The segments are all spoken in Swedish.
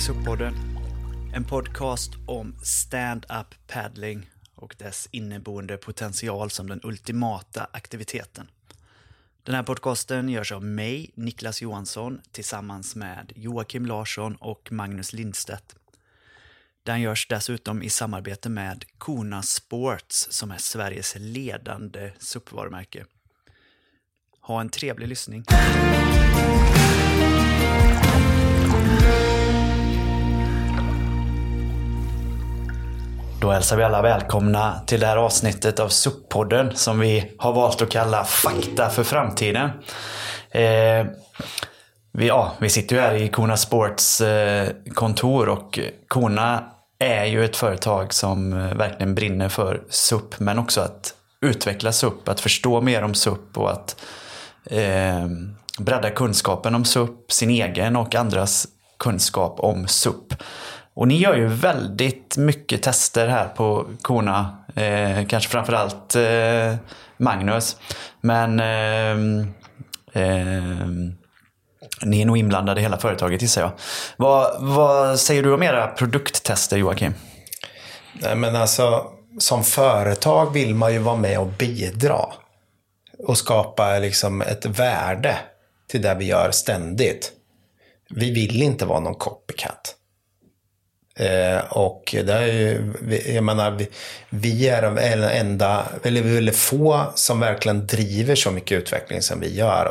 till SUP-podden. En podcast om stand-up paddling och dess inneboende potential som den ultimata aktiviteten. Den här podcasten görs av mig, Niklas Johansson, tillsammans med Joakim Larsson och Magnus Lindstedt. Den görs dessutom i samarbete med Kona Sports som är Sveriges ledande SUP-varumärke. Ha en trevlig lyssning. Då hälsar vi alla välkomna till det här avsnittet av SUP-podden som vi har valt att kalla Fakta för framtiden. Vi sitter ju här i Kona Sports kontor och Kona är ju ett företag som verkligen brinner för SUP, men också att utveckla SUP, att förstå mer om SUP och att bredda kunskapen om SUP, sin egen och andras kunskap om SUP. Och ni gör ju väldigt mycket tester här på Kona, kanske framförallt Magnus, men ni är nog inblandade i hela företaget, gissar jag. Vad säger du om era produkttester, Joakim? Nej, men alltså, som företag vill man ju vara med och bidra och skapa liksom ett värde till det vi gör ständigt. Vi vill inte vara någon copycat. Och det är ju, jag menar, vi är de enda, eller vi är få som verkligen driver så mycket utveckling som vi gör,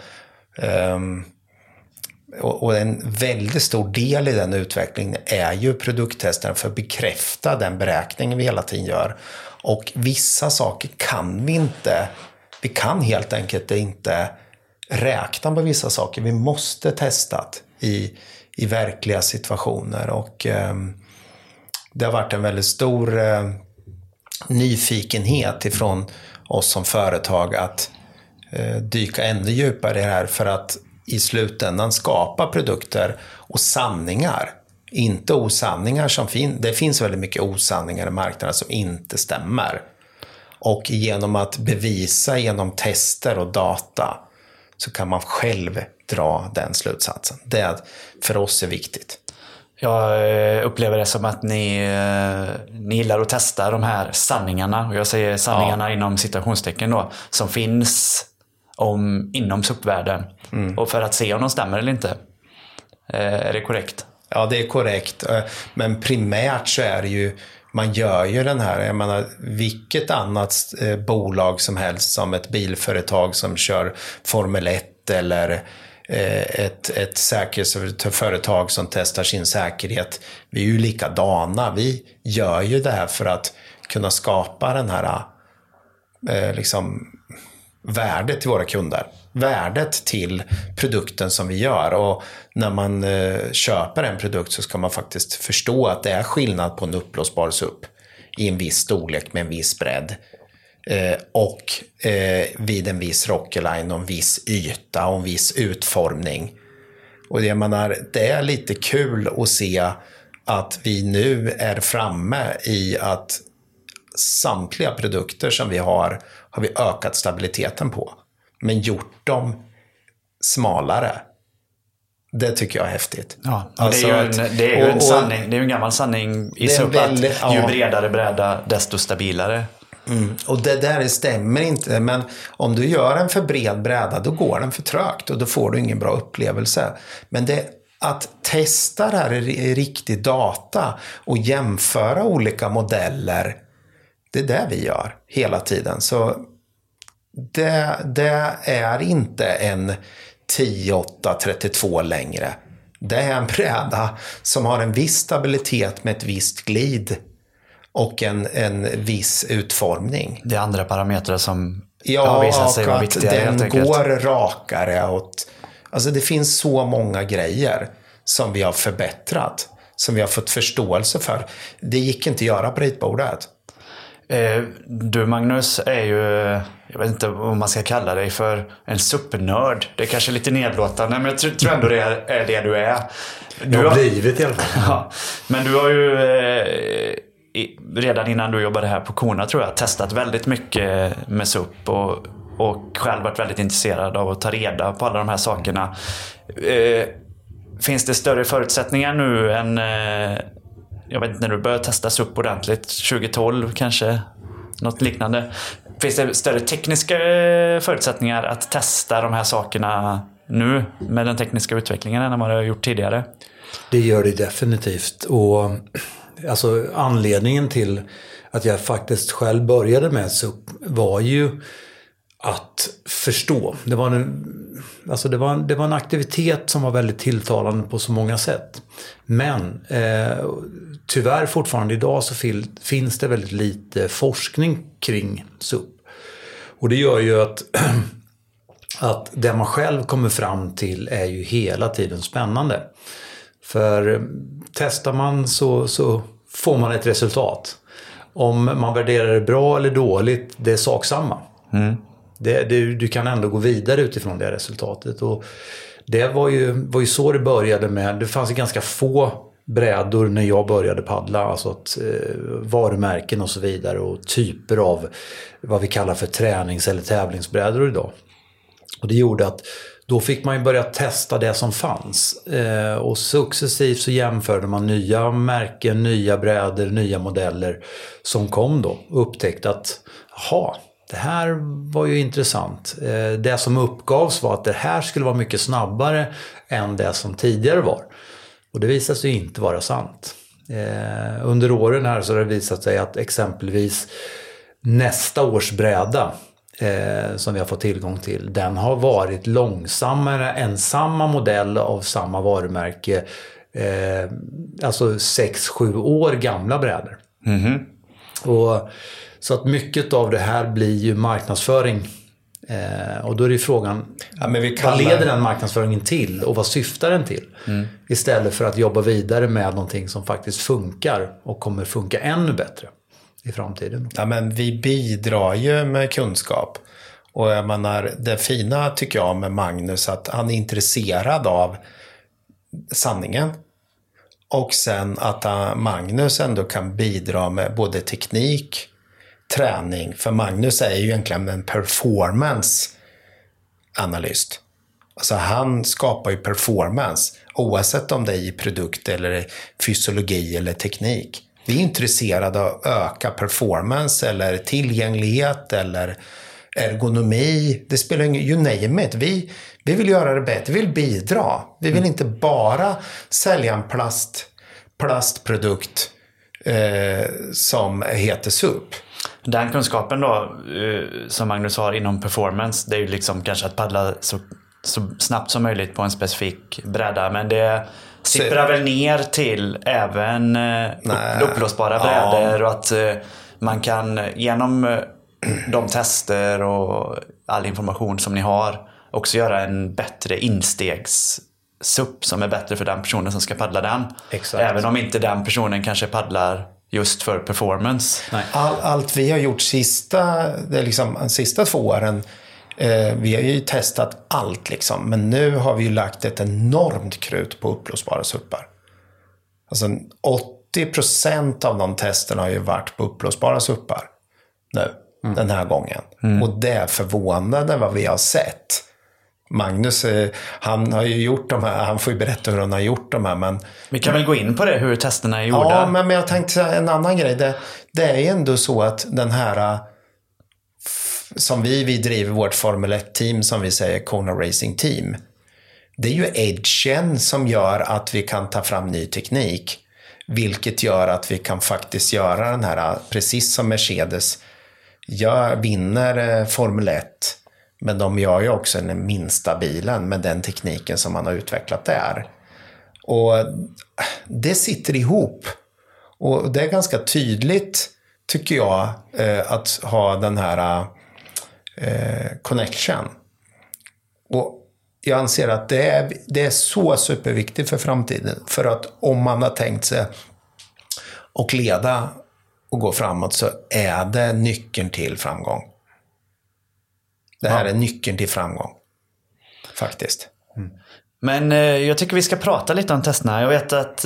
och en väldigt stor del i den utvecklingen är ju produkttesten för att bekräfta den beräkning vi hela tiden gör. Och vissa saker kan vi kan helt enkelt inte räkna på vissa saker. Vi måste testa i verkliga situationer, och det har varit en väldigt stor nyfikenhet ifrån oss som företag att dyka ännu djupare i det här för att i slutändan skapa produkter och sanningar, inte osanningar som det finns väldigt mycket osanningar i marknaden som inte stämmer, och genom att bevisa genom tester och data så kan man själv dra den slutsatsen. Det för oss är viktigt. Jag upplever det som att ni gillar att testa de här sanningarna, och jag säger sanningarna inom citationstecken då, som finns inom SUP-världen, och för att se om de stämmer eller inte. Är det korrekt? Ja, det är korrekt. Men primärt så är det ju, man gör ju den här, jag menar, vilket annat bolag som helst, som ett bilföretag som kör Formel 1 eller ett säkerhetsföretag som testar sin säkerhet. Vi är ju likadana. Vi gör ju det här för att kunna skapa den här liksom värdet till våra kunder. Värdet till produkten som vi gör. Och när man köper en produkt så ska man faktiskt förstå att det är skillnad på en uppblåsbar SUP i en viss storlek med en viss bredd. Och vid en viss rockline och en viss yta och en viss utformning. Och jag menar, det är lite kul att se att vi nu är framme i att samtliga produkter som vi har vi ökat stabiliteten på, men gjort dem smalare. Det tycker jag är häftigt. Ja, alltså, det är ju en sanning. Det är ju en gammal sanning i SUP att ju bredare bräda desto stabilare. Och det där stämmer inte, men om du gör en för bred bräda, då går den för trögt och då får du ingen bra upplevelse. Men att testa det här i riktig data och jämföra olika modeller, det är det vi gör hela tiden. Så det är inte en 10-8-32 längre. Det är en bräda som har en viss stabilitet med ett visst glid och en viss utformning. Det är andra parametrar som visar sig vara viktigare. Den går rakare åt. Alltså det finns så många grejer som vi har förbättrat, som vi har fått förståelse för. Det gick inte att göra på ritbordet. Du, Magnus, är ju, jag vet inte vad man ska kalla dig för, en SUP-nörd. Det är kanske lite nedlåtande, men jag tror ändå det är det du är. Du har blivit i alla fall. Ja, men du har ju redan innan du jobbade här på Kona, tror jag, testat väldigt mycket med SUP och själv varit väldigt intresserad av att ta reda på alla de här sakerna. finns det större förutsättningar nu än... jag vet inte när du började testas upp ordentligt, 2012 kanske, något liknande. Finns det större tekniska förutsättningar att testa de här sakerna nu med den tekniska utvecklingen än vad det har gjort tidigare? Det gör det definitivt. Och alltså, anledningen till att jag faktiskt själv började med SUP var ju att förstå. Det var en aktivitet som var väldigt tilltalande på så många sätt. Men tyvärr fortfarande idag så finns det väldigt lite forskning kring SUP. Och det gör ju att det man själv kommer fram till är ju hela tiden spännande. För testar man så får man ett resultat. Om man värderar det bra eller dåligt, det är saksamma. Du kan ändå gå vidare utifrån det resultatet. Och det var ju så det började med. Det fanns ju ganska få brädor när jag började paddla. Alltså varumärken och så vidare. Och typer av vad vi kallar för tränings- eller tävlingsbrädor idag. Och det gjorde att då fick man ju börja testa det som fanns. Och successivt så jämförde man nya märken, nya brädor, nya modeller som kom då. Och upptäckte att, det här var ju intressant. Det som uppgavs var att det här skulle vara mycket snabbare än det som tidigare var. Och det visade sig inte vara sant. Under åren här så har det visat sig att exempelvis nästa års bräda som vi har fått tillgång till, den har varit långsammare än samma modell av samma varumärke. Alltså 6-7 år gamla brädor. Och så att mycket av det här blir ju marknadsföring. Och då är det ju frågan, vad leder den marknadsföringen till och vad syftar den till? Istället för att jobba vidare med någonting som faktiskt funkar och kommer funka ännu bättre i framtiden. Ja, men vi bidrar ju med kunskap. Och jag menar, det fina tycker jag med Magnus, att han är intresserad av sanningen. Och sen att Magnus ändå kan bidra med både teknik, träning. För Magnus är ju egentligen en performance-analyst. Alltså han skapar ju performance oavsett om det är i produkt eller fysiologi eller teknik. Vi är intresserade av att öka performance eller tillgänglighet eller ergonomi. Det spelar ingen, you name it. Vi vill göra det bättre. Vi vill bidra. Vi vill inte bara sälja en plastprodukt som heter SUP. Den kunskapen då som Magnus har inom performance, det är ju liksom kanske att paddla så snabbt som möjligt på en specifik bräda, men det sipprar väl ner till även upplåsbara brädor och att man kan genom de tester och all information som ni har också göra en bättre instegs-SUP som är bättre för den personen som ska paddla den. Exakt. Även om inte den personen kanske paddlar just för performance. Nej. Allt vi har gjort sista 2 åren, vi har ju testat allt liksom, men nu har vi ju lagt ett enormt krut på upplåsbara SUPar. Alltså 80% av de testerna har ju varit på upplåsbara SUPar nu, den här gången. Och det är förvånande vad vi har sett. Magnus, han har ju gjort de här, han får ju berätta hur han har gjort de här, men... Vi kan väl gå in på det, hur testerna är gjorda. Ja, men jag tänkte en annan grej. Det är ju ändå så att den här, som vi driver vårt Formel 1-team, som vi säger, Kona Racing Team. Det är ju edgen som gör att vi kan ta fram ny teknik. Vilket gör att vi kan faktiskt göra den här, precis som Mercedes vinner Formel 1. Men de gör ju också den minsta bilen med den tekniken som man har utvecklat där. Och det sitter ihop. Och det är ganska tydligt, tycker jag, att ha den här connection. Och jag anser att det är så superviktigt för framtiden. För att om man har tänkt sig att leda och gå framåt, så är det nyckeln till framgång. Det här är nyckeln till framgång. Faktiskt. Men jag tycker vi ska prata lite om testerna. Jag vet att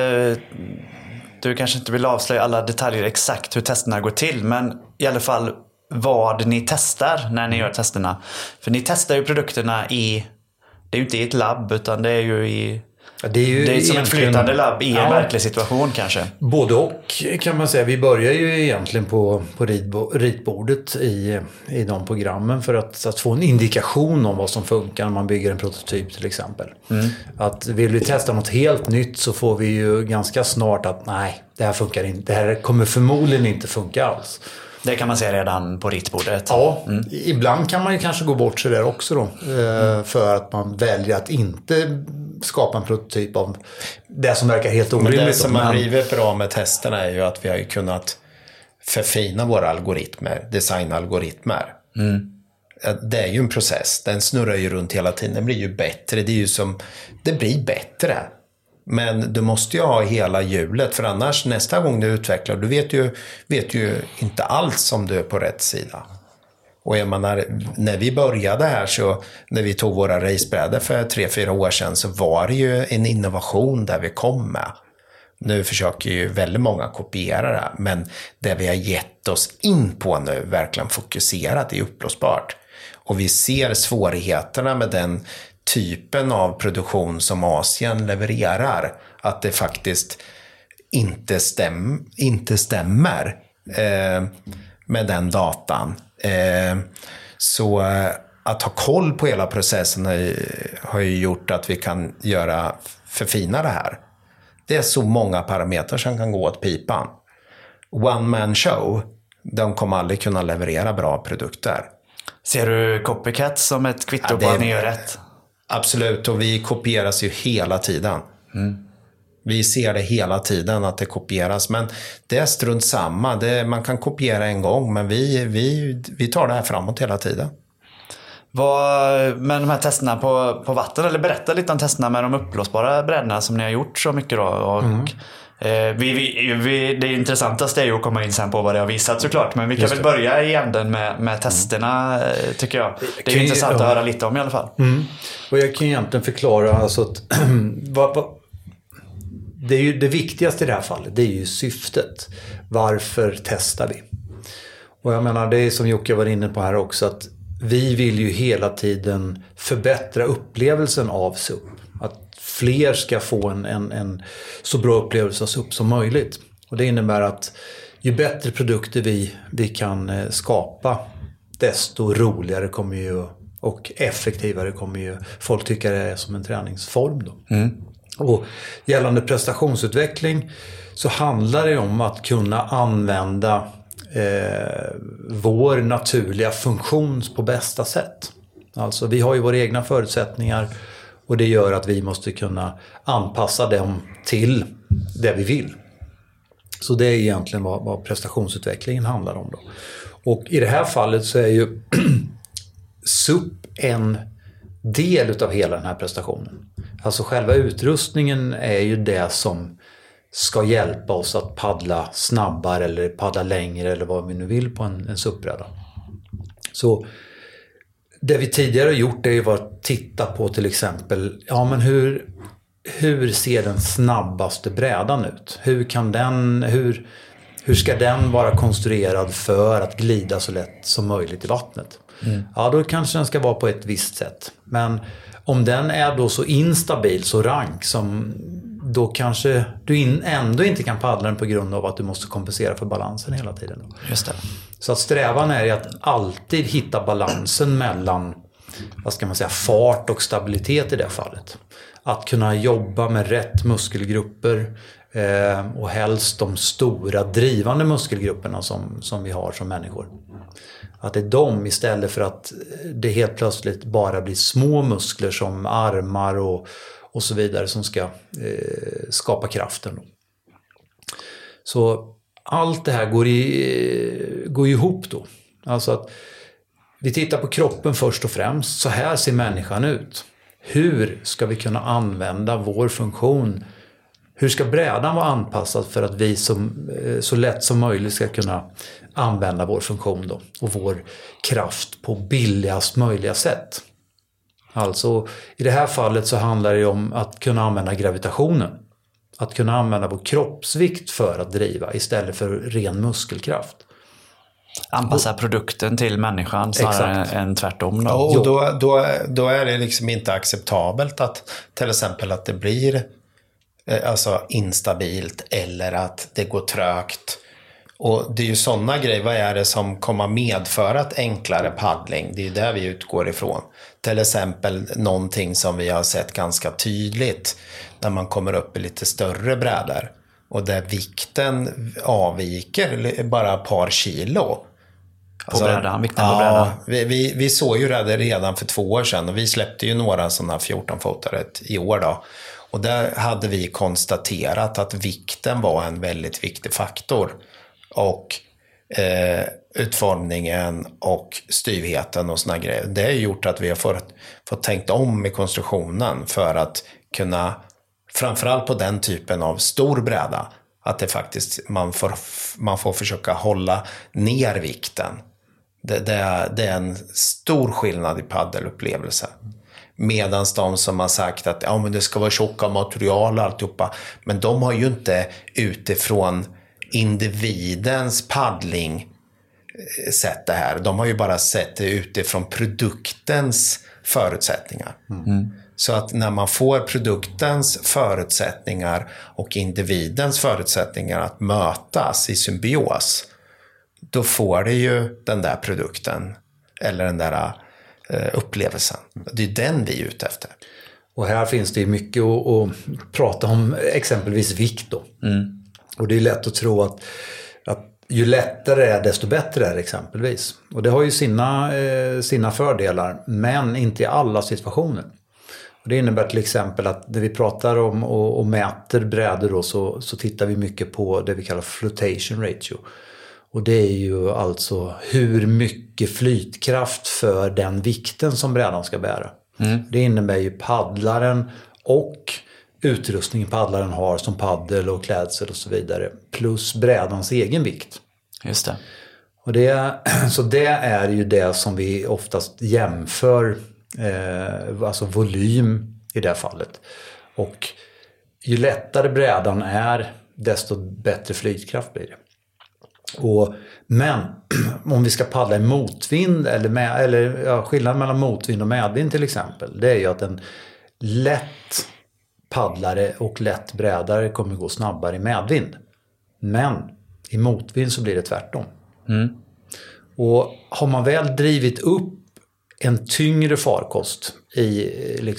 du kanske inte vill avslöja alla detaljer exakt hur testerna går till. Men i alla fall vad ni testar när ni gör testerna. För ni testar ju produkterna det är ju inte i ett labb, utan det är ju i Det är som ett flytande labb i en verklig situation kanske. Både och kan man säga. Vi börjar ju egentligen på ritbordet i de programmen för att få en indikation om vad som funkar när man bygger en prototyp till exempel. Att vill vi testa något helt nytt så får vi ju ganska snart att nej, det här funkar inte. Det här kommer förmodligen inte funka alls. Det kan man se redan på ritbordet. Ja, ibland kan man ju kanske gå bort sig där också då. För att man väljer att inte skapa en prototyp av det som verkar helt orimligt. Men det som har blivit bra med testerna är ju att vi har ju kunnat förfina våra algoritmer, designalgoritmer. Det är ju en process, den snurrar ju runt hela tiden, den blir ju bättre, det blir bättre. Men du måste ju ha hela hjulet, för annars nästa gång du utvecklar, du vet ju inte alls om du är på rätt sida. Och jag menar, när vi började här, så när vi tog våra racebrädor för 3-4 år sedan, så var det ju en innovation där vi kom med. Nu försöker ju väldigt många kopiera det, men det vi har gett oss in på nu, verkligen fokuserat, är uppblåsbart. Och vi ser svårigheterna med den typen av produktion som Asien levererar, att det faktiskt inte stämmer med den datan. Så att ha koll på hela processen har ju gjort att vi kan förfina det här. Det är så många parametrar som kan gå åt pipan. One man show, de kommer aldrig kunna leverera bra produkter. Ser du copycat som ett kvitto på att ni gör rätt? Absolut, och vi kopieras ju hela tiden. Vi ser det hela tiden att det kopieras, men det är strunt samma. Man kan kopiera en gång, men vi tar det här framåt hela tiden. Men de här testerna på vatten, eller berätta lite om testerna med de uppblåsbara brädorna som ni har gjort så mycket då. Och det intressantaste är ju att komma in sen på vad det har visat såklart, men vi kan väl börja i änden med testerna, tycker jag. Det är intressant att höra lite om i alla fall. Och jag kan egentligen förklara alltså att det är ju det viktigaste i det här fallet, det är ju syftet. Varför testar vi? Och jag menar, det är som Jocke var inne på här också, att vi vill ju hela tiden förbättra upplevelsen av SUP. Att fler ska få en så bra upplevelse av SUP som möjligt. Och det innebär att ju bättre produkter vi kan skapa, desto roligare kommer ju och effektivare kommer ju folk tycka det är som en träningsform då. Och gällande prestationsutveckling så handlar det om att kunna använda vår naturliga funktion på bästa sätt. Alltså vi har ju våra egna förutsättningar, och det gör att vi måste kunna anpassa dem till det vi vill. Så det är egentligen vad prestationsutvecklingen handlar om då. Och i det här fallet så är ju SUP en del utav hela den här prestationen. Alltså själva utrustningen är ju det som ska hjälpa oss att paddla snabbare eller paddla längre eller vad vi nu vill på en SUP-bräda. Så det vi tidigare har gjort är ju att titta på till exempel, ja men hur ser den snabbaste brädan ut? Hur ska den vara konstruerad för att glida så lätt som möjligt i vattnet? Ja, då kanske den ska vara på ett visst sätt. Men om den är då så instabil, så rank, som då kanske du ändå inte kan paddla den på grund av att du måste kompensera för balansen hela tiden. Just det. Så att strävan är att alltid hitta balansen mellan, vad ska man säga, fart och stabilitet i det fallet. Att kunna jobba med rätt muskelgrupper och helst de stora drivande muskelgrupperna som vi har som människor. Att det är de istället för att det helt plötsligt bara blir små muskler som armar och så vidare som ska skapa kraften. Så allt det här går ihop då. Alltså att vi tittar på kroppen först och främst. Så här ser människan ut. Hur ska vi kunna använda vår funktion? Hur ska brädan vara anpassad för att vi så lätt som möjligt ska kunna använda vår funktion då, och vår kraft på billigast möjliga sätt? Alltså i det här fallet så handlar det om att kunna använda gravitationen. Att kunna använda vår kroppsvikt för att driva istället för ren muskelkraft. Anpassa produkten till människan snarare än tvärtom då. Och då är det liksom inte acceptabelt att till exempel att det blir alltså instabilt eller att det går trögt. Och det är ju sådana grejer, vad är det som kommer medföra ett enklare paddling? Det är ju där vi utgår ifrån. Till exempel någonting som vi har sett ganska tydligt när man kommer upp i lite större brädor och där vikten avviker bara ett par kilo. På brädan, vikten på brädan. Vi såg ju det redan för 2 år sedan och vi släppte ju några sådana 14-fotare i år då. Och där hade vi konstaterat att vikten var en väldigt viktig faktor. Och utformningen och styvheten och såna grejer. Det har gjort att vi har fått tänkt om i konstruktionen för att kunna, framförallt på den typen av stor bräda, att det faktiskt man får försöka hålla ner vikten. Det är en stor skillnad i paddelupplevelse. Medan de som har sagt att men det ska vara tjocka material och alltihopa, men de har ju inte utifrån individens paddling sett det här. De har ju bara sett det utifrån produktens förutsättningar. Så att när man får produktens förutsättningar och individens förutsättningar att mötas i symbios, då får det ju den där produkten eller den där upplevelsen. Det är den vi är ute efter. Och här finns det ju mycket att prata om, exempelvis vikt då. Och det är lätt att tro att ju lättare är desto bättre är exempelvis. Och det har ju sina fördelar, men inte i alla situationer. Och det innebär till exempel att när vi pratar om och mäter brädor då, så tittar vi mycket på det vi kallar flotation ratio. Och det är ju alltså hur mycket flytkraft för den vikten som brädan ska bära. Det innebär ju paddlaren och utrustningen paddlaren har som paddel och klädsel och så vidare. Plus brädans egen vikt. Just det. Och så det är ju det som vi oftast jämför, alltså volym i det här fallet. Och ju lättare brädan är, desto bättre flytkraft blir det. Men om vi ska paddla i motvind eller skillnaden mellan motvind och medvind till exempel, det är ju att en lätt paddlare och lätt brädare kommer gå snabbare i medvind. Men i motvind så blir det tvärtom. Och har man väl drivit upp en tyngre farkost i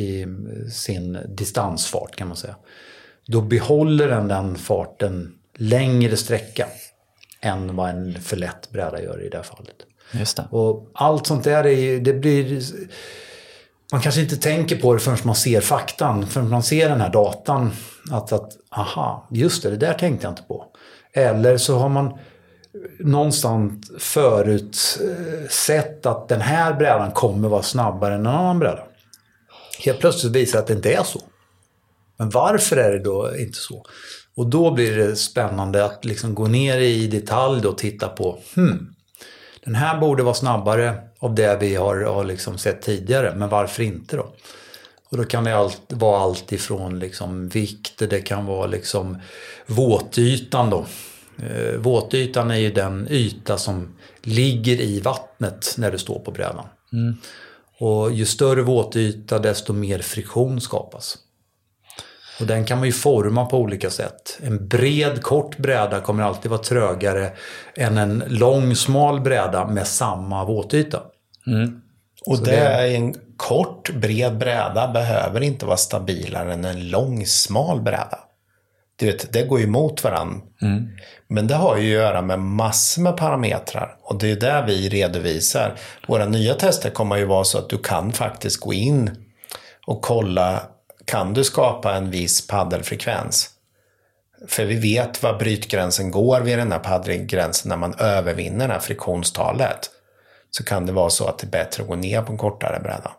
sin distansfart kan man säga, då behåller den farten längre sträcka än vad en för lätt bräda gör i det här fallet. Just det. Och allt sånt där det blir... Man kanske inte tänker på det förrän man ser faktan, förrän man ser den här datan. Att aha, just det där tänkte jag inte på. Eller så har man någonstans förut sett att den här brädan kommer vara snabbare än en annan bräda. Helt plötsligt visar att det inte är så. Men varför är det då inte så? Och då blir det spännande att liksom gå ner i detalj och titta på den här borde vara snabbare av det vi har liksom sett tidigare, men varför inte då? Och då kan det vara allt ifrån liksom vikt, det kan vara liksom våtytan då. Våtytan är ju den yta som ligger i vattnet när du står på brädan. Och ju större våtyta desto mer friktion skapas. Och den kan man ju forma på olika sätt. En bred, kort bräda kommer alltid vara trögare än en lång, smal bräda med samma våtyta. Och det är en kort, bred bräda behöver inte vara stabilare än en lång, smal bräda. Du vet, det går ju emot varandra. Men det har ju att göra med massor med parametrar. Och det är där vi redovisar. Våra nya tester kommer ju vara så att du kan faktiskt gå in och kolla, kan du skapa en viss paddelfrekvens? För vi vet vad brytgränsen går vid den här paddelgränsen när man övervinner det här friktionstalet. Så kan det vara så att det är bättre att gå ner på en kortare bräda.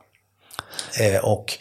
Och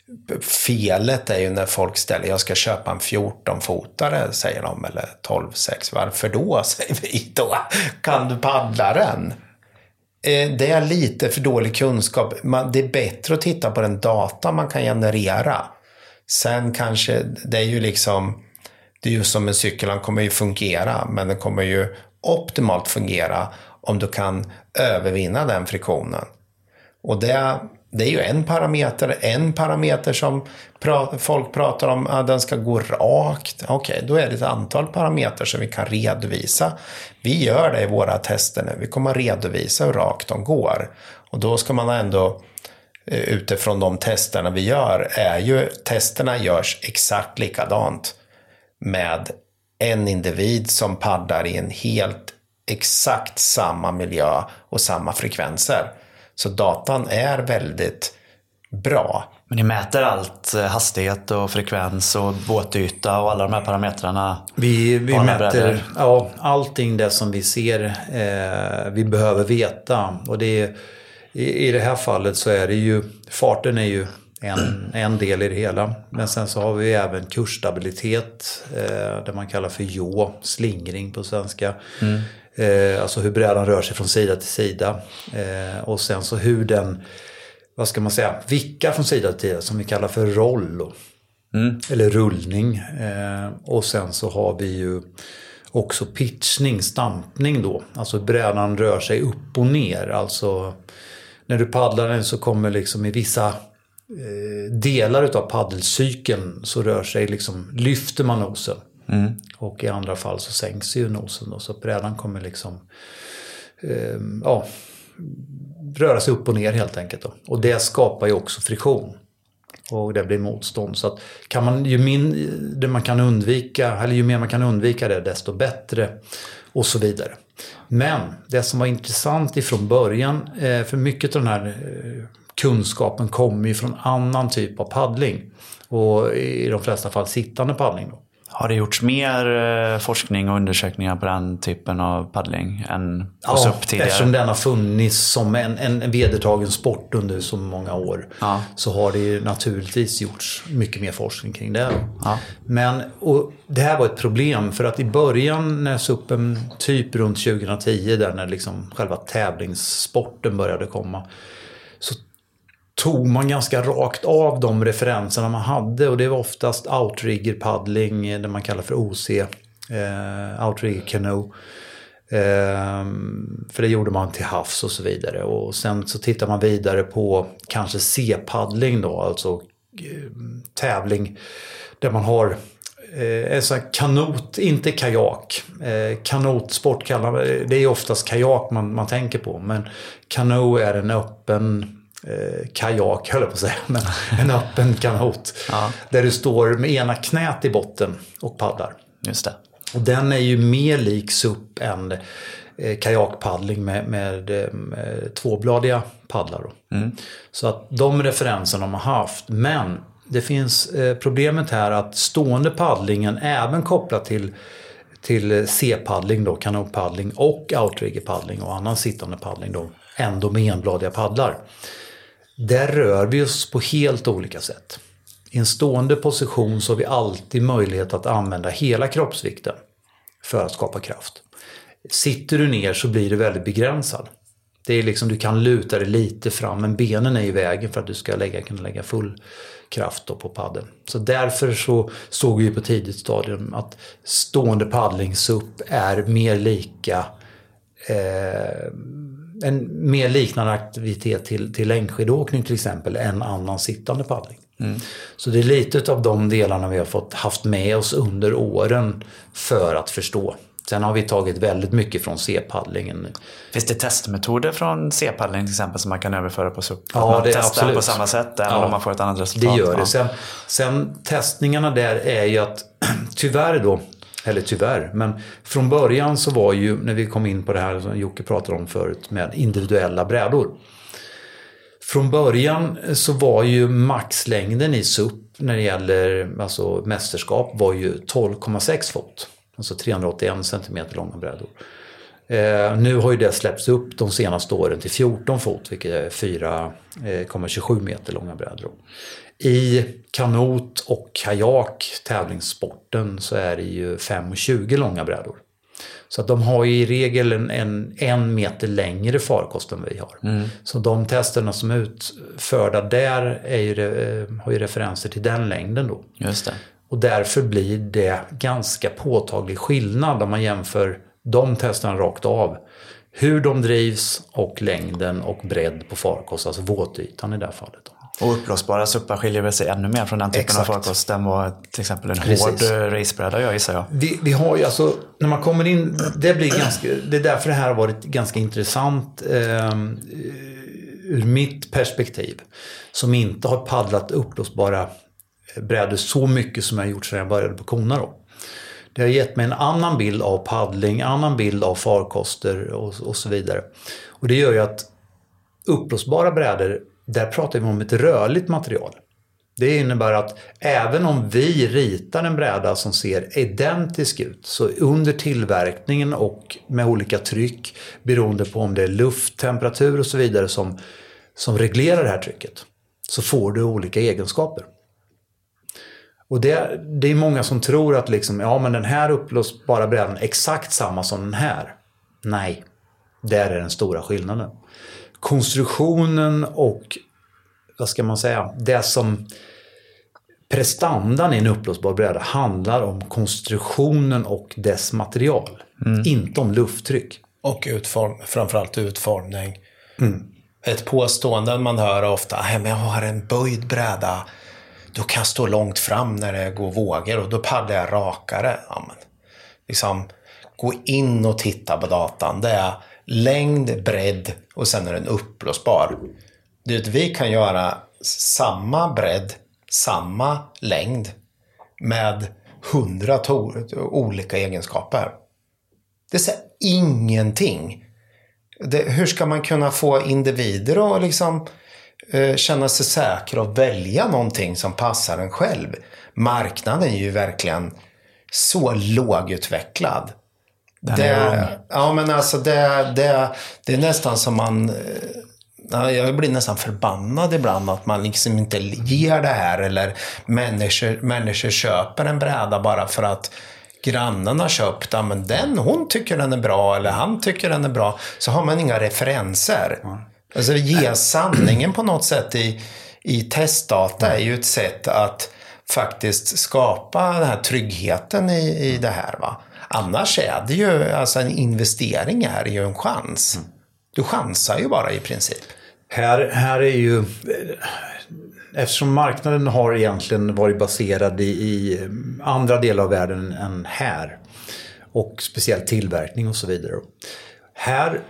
felet är ju när folk ställer, jag ska köpa en 14-fotare, säger de, eller 12-6. Varför då, säger vi då? Kan du paddla den? Det är lite för dålig kunskap. Det är bättre att titta på den data man kan generera. Sen kanske, det är ju liksom, det är ju som en cykel, den kommer ju fungera, men den kommer ju optimalt fungera om du kan övervinna den friktionen. Och det är ju en parameter som folk pratar om, att den ska gå rakt. Okej, då är det ett antal parametrar som vi kan redovisa. Vi gör det i våra tester nu. Vi kommer att redovisa hur rakt de går. Och då ska man ändå, utifrån de testerna vi gör, testerna görs exakt likadant med en individ som paddlar i en helt exakt samma miljö och samma frekvenser. Så datan är väldigt bra. Men ni mäter allt, hastighet och frekvens och båtyta och alla de här parametrarna? Vi mäter allting det som vi ser vi behöver veta. Och i det här fallet så är det ju, farten är ju en del i det hela. Men sen så har vi även kursstabilitet, det man kallar för slingring på svenska. Alltså hur brädan rör sig från sida till sida. Och sen så hur den, vad ska man säga, vickar från sida till sida, som vi kallar för roll. Eller rullning. Och sen så har vi ju också pitchning, stampning då. Alltså brädan rör sig upp och ner. Alltså när du paddlar den så kommer liksom i vissa delar utav paddelcykeln så lyfter man nosen. Och i andra fall så sänks ju nosen då, så brädan kommer liksom röra sig upp och ner helt enkelt då. Och det skapar ju också friktion och det blir motstånd, så att ju mer man kan undvika det, desto bättre och så vidare. Men det som var intressant ifrån början, för mycket av den här kunskapen kommer ju från annan typ av paddling, och i de flesta fall sittande paddling då. Har det gjorts mer forskning och undersökningar på den typen av paddling än upp tidigare? Eftersom den har funnits som en vedertagen sport under så många år, så har det naturligtvis gjorts mycket mer forskning kring det. Men det här var ett problem, för att i början när SUPen typ runt 2010, där när liksom själva tävlingssporten började komma, så tog man ganska rakt av de referenserna man hade, och det var oftast outrigger paddling, det man kallar för OC, outrigger canoe, för det gjorde man till havs och så vidare. Och sen så tittar man vidare på kanske C-paddling då, alltså tävling där man har en sån här kanot, inte kajak. Kanotsport kallar man det är oftast kajak man tänker på, men canoe är en öppen kajak, höll jag på att säga, men en öppen kanot där du står med ena knät i botten och paddlar. Just det. Och den är ju mer lik SUP än kajakpaddling med tvåbladiga paddlar då. Så att de referenserna har man haft, men det finns problemet här att stående paddlingen även kopplat till C-paddling då, kanotpaddling och outrigger-paddling och annan sittande paddling då, ändå med enbladiga paddlar. Där rör vi oss på helt olika sätt. I en stående position så har vi alltid möjlighet att använda hela kroppsvikten för att skapa kraft. Sitter du ner så blir det väldigt begränsad. Det är liksom, du kan luta dig lite fram, men benen är i vägen för att du ska kunna lägga full kraft då på paddeln. Så därför så såg vi på tidigt stadium att stående paddling SUP är mer lika en mer liknande aktivitet till längdskidåkning till exempel än annan sittande paddling. Så det är lite av de delarna vi har haft med oss under åren för att förstå. Sen har vi tagit väldigt mycket från C-paddlingen. Finns det testmetoder från C-paddling till exempel som man kan överföra på SUP? Ja, det är testar absolut. På samma sätt även om man får ett annat resultat? Det gör det. Sen testningarna där är ju att men från början så var ju, när vi kom in på det här som Jocke pratade om förut med individuella brädor. Från början så var ju maxlängden i SUP när det gäller alltså mästerskap var ju 12,6 fot. Alltså 381 centimeter långa brädor. Nu har ju det släppts upp de senaste åren till 14 fot, vilket är 4,27 meter långa brädor. I kanot och kajak, tävlingssporten, så är det ju 5,20 långa brädor. Så att de har ju i regel en meter längre farkost än vi har. Så de testerna som är utförda där har ju referenser till den längden då. Just det. Och därför blir det ganska påtaglig skillnad om man jämför De testar rakt av hur de drivs och längden och bredd på farkost, alltså våtytan i det här fallet. Och uppblåsbara suppar skiljer väl sig ännu mer från den typen av farkost än vad till exempel en hård racebräda gör, gissar jag. Vi har ju alltså, när man kommer in, det är därför det här har varit ganska intressant ur mitt perspektiv, som inte har paddlat uppblåsbara brädor så mycket som jag gjort sedan jag började på Kona då. Det har gett mig en annan bild av paddling, annan bild av farkoster och så vidare. Och det gör ju att uppblåsbara brädor, där pratar vi om ett rörligt material. Det innebär att även om vi ritar en bräda som ser identisk ut, så under tillverkningen och med olika tryck, beroende på om det är luft, temperatur och så vidare som reglerar det här trycket, så får du olika egenskaper. Och det är många som tror att liksom, ja, men den här uppblåsbara brädan är exakt samma som den här. Nej, där är den stora skillnaden. Konstruktionen och, vad ska man säga, det som prestandan i en uppblåsbar bräda handlar om konstruktionen och dess material. Inte om lufttryck. Och framförallt utformning. Ett påstående man hör ofta, men jag har en böjd bräda, då kan jag stå långt fram när det går vågor och då paddlar jag rakare. Ja, men, liksom, gå in och titta på datan. Det är längd, bredd och sen är den uppblåsbar. Vi kan göra samma bredd, samma längd med 100 olika egenskaper. Det säger ingenting. Hur ska man kunna få individer att liksom känna sig säkra och välja någonting som passar en själv? Marknaden är ju verkligen så lågutvecklad. Det är nästan som man... Jag blir nästan förbannad ibland att man liksom inte ger det här, eller människor köper en bräda bara för att grannen har köpt den, men hon tycker den är bra eller han tycker den är bra, så har man inga referenser. Alltså ge sanningen på något sätt i testdata är ju ett sätt att faktiskt skapa den här tryggheten i det här, va. Annars är det ju, alltså en investering är ju en chans. Du chansar ju bara i princip. Här är ju, eftersom marknaden har egentligen varit baserad i andra delar av världen än här, och speciellt tillverkning och så vidare. Här,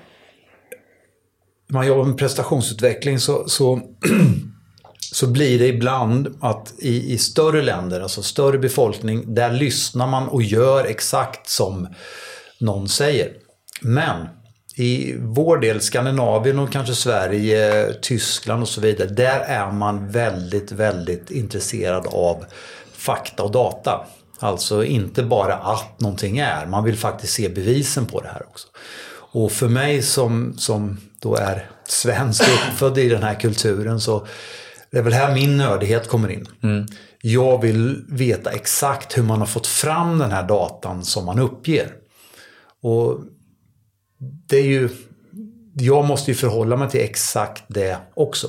man jobbar med prestationsutveckling så blir det ibland att i större länder, alltså större befolkning, där lyssnar man och gör exakt som någon säger. Men i vår del, Skandinavien och kanske Sverige, Tyskland och så vidare, där är man väldigt, väldigt intresserad av fakta och data. Alltså inte bara att någonting är, man vill faktiskt se bevisen på det här också. Och för mig som då är svensk uppfödd i den här kulturen, så det är väl här min nördighet kommer in. Jag vill veta exakt hur man har fått fram den här datan som man uppger. Och det är ju, jag måste ju förhålla mig till exakt det också.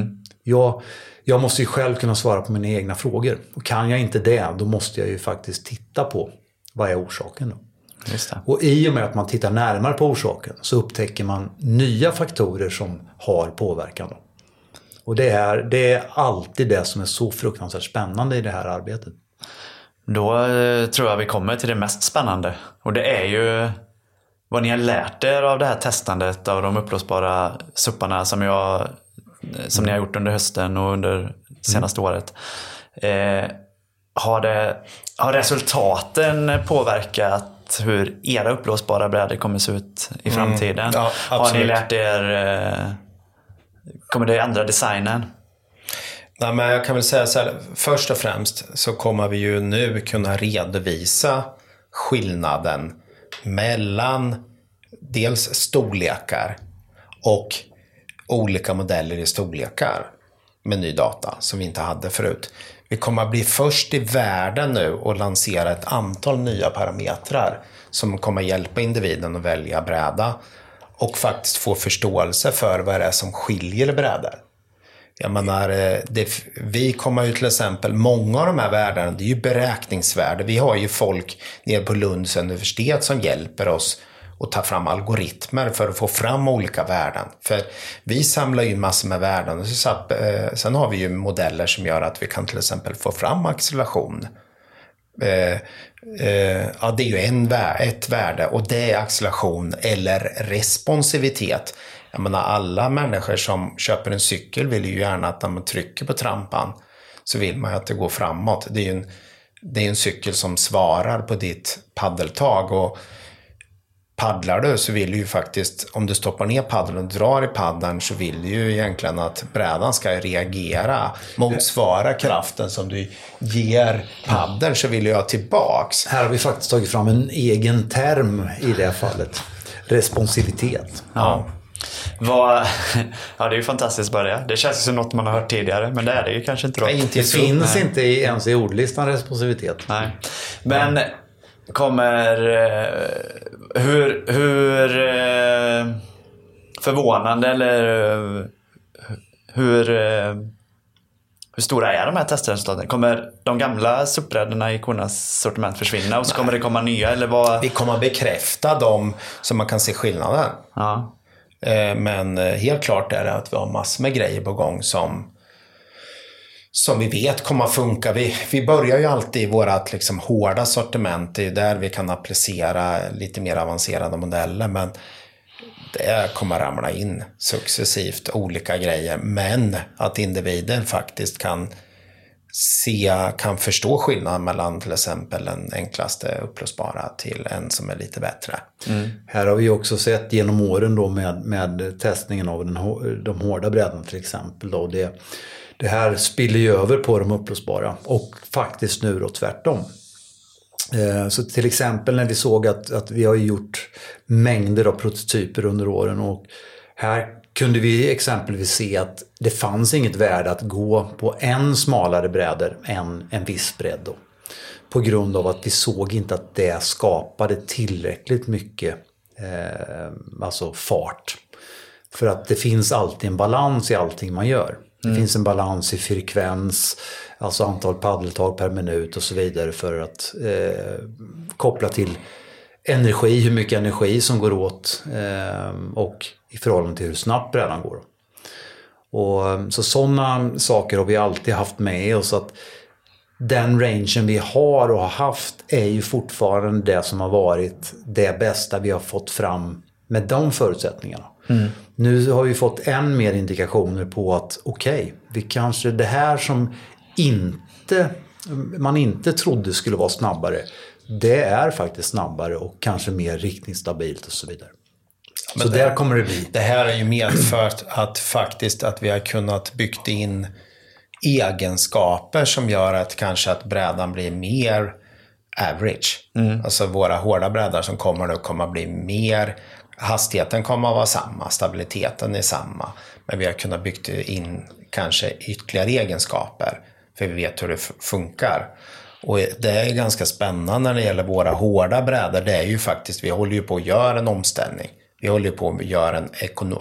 Jag måste ju själv kunna svara på mina egna frågor. Och kan jag inte det, då måste jag ju faktiskt titta på vad är orsaken då. Just det. Och i och med att man tittar närmare på orsaken, så upptäcker man nya faktorer som har påverkan då. Och det är alltid det som är så fruktansvärt spännande i det här arbetet. Då tror jag vi kommer till det mest spännande. Och det är ju vad ni har lärt er av det här testandet av de uppblåsbara supparna som ni har gjort under hösten och under senaste året. Har resultaten påverkat hur era uppblåsbara brädor kommer se ut i framtiden? Ja, har ni lärt er... Kommer det ändra designen? Nej, men jag kan väl säga så här, först och främst så kommer vi ju nu kunna redovisa skillnaden mellan dels storlekar och olika modeller i storlekar med ny data som vi inte hade förut. Vi kommer att bli först i världen nu och lansera ett antal nya parametrar som kommer hjälpa individen att välja bräda och faktiskt få förståelse för vad det är som skiljer brädor. Jag menar, vi kommer ju till exempel, många av de här värdena, det är ju beräkningsvärde. Vi har ju folk nere på Lunds universitet som hjälper oss och ta fram algoritmer för att få fram olika värden. För vi samlar ju massor med värden. Sen har vi ju modeller som gör att vi kan till exempel få fram acceleration. Ja, det är ju ett värde, och det är acceleration eller responsivitet. Jag menar, alla människor som köper en cykel vill ju gärna att när man trycker på trampan så vill man ju att det går framåt. Det är en cykel som svarar på ditt paddeltag, och paddlar du så vill du ju faktiskt, om du stoppar ner paddeln och drar i paddeln, så vill du ju egentligen att brädan ska reagera, motsvara kraften som du ger paddeln, så vill jag tillbaks. Här har vi faktiskt tagit fram en egen term i det här fallet. Responsivitet. Ja. Ja, det är ju fantastiskt bara det. Det känns som något man har hört tidigare, men det är det ju kanske inte då. Det finns inte ens i ordlistan responsivitet. Nej. Men kommer hur förvånande eller hur stora är de här testresultaten? Kommer de gamla SUP-brädorna i Konas sortiment försvinna och så kommer det komma nya, eller vad? Vi kommer bekräfta dem så man kan se skillnaden. Ja. Men helt klart är det att vi har massor med grejer på gång som vi vet kommer att funka. Vi börjar ju alltid i vårat liksom hårda sortiment. Det är där vi kan applicera lite mer avancerade modeller. Men det kommer ramla in successivt olika grejer. Men att individen faktiskt kan förstå skillnaden mellan till exempel den enklaste upplösbara till en som är lite bättre. Här har vi också sett genom åren då med testningen av de hårda brädorna till exempel. Då, det här spiller ju över på de upplösbara, och faktiskt nu då tvärtom. Så till exempel när vi såg att vi har gjort mängder av prototyper under åren, och här kunde vi exempelvis se att det fanns inget värde att gå på en smalare brädor än en viss bredd då. På grund av att vi såg inte att det skapade tillräckligt mycket alltså fart. För att det finns alltid en balans i allting man gör. Det finns en balans i frekvens, alltså antal paddeltag per minut och så vidare, för att koppla till energi, hur mycket energi som går åt och i förhållande till hur snabbt brädan går. Och så sådana saker har vi alltid haft med oss, att den rangen vi har och har haft är ju fortfarande det som har varit det bästa vi har fått fram med de förutsättningarna. Nu har vi fått än mer indikationer på att vi kanske det här som man inte trodde skulle vara snabbare, det är faktiskt snabbare och kanske mer riktningsstabilt och så vidare. Men så där kommer det bli. Det här är ju medfört att vi har kunnat byggt in egenskaper som gör att brädan blir mer average. Alltså våra hårda brädor som kommer nu kommer att bli mer, hastigheten kommer att vara samma, stabiliteten är samma, men vi har kunnat byggt in kanske ytterligare egenskaper för vi vet hur det funkar. Och det är ganska spännande när det gäller våra hårda brädor. Det är ju faktiskt, vi håller ju på att göra en omställning. Vi håller på att göra en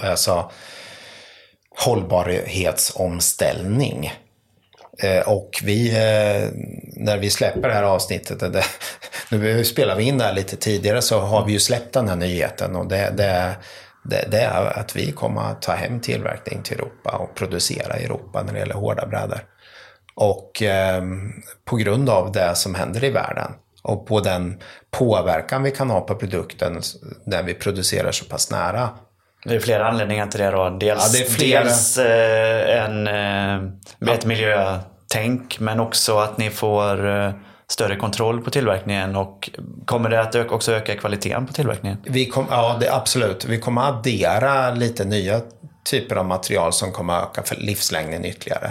hållbarhetsomställning. Och när vi släpper det här avsnittet, nu spelar vi in det här lite tidigare, så har vi ju släppt den här nyheten, och det är att vi kommer att ta hem tillverkning till Europa och producera i Europa när det gäller hårda brädor. Och på grund av det som händer i världen och på den påverkan vi kan ha på produkten när vi producerar så pass nära. Det är flera anledningar till det då. Dels ett miljötänk, men också att ni får större kontroll på tillverkningen, och kommer det att också öka kvaliteten på tillverkningen? Absolut. Vi kommer att addera lite nya typer av material som kommer att öka längden ytterligare.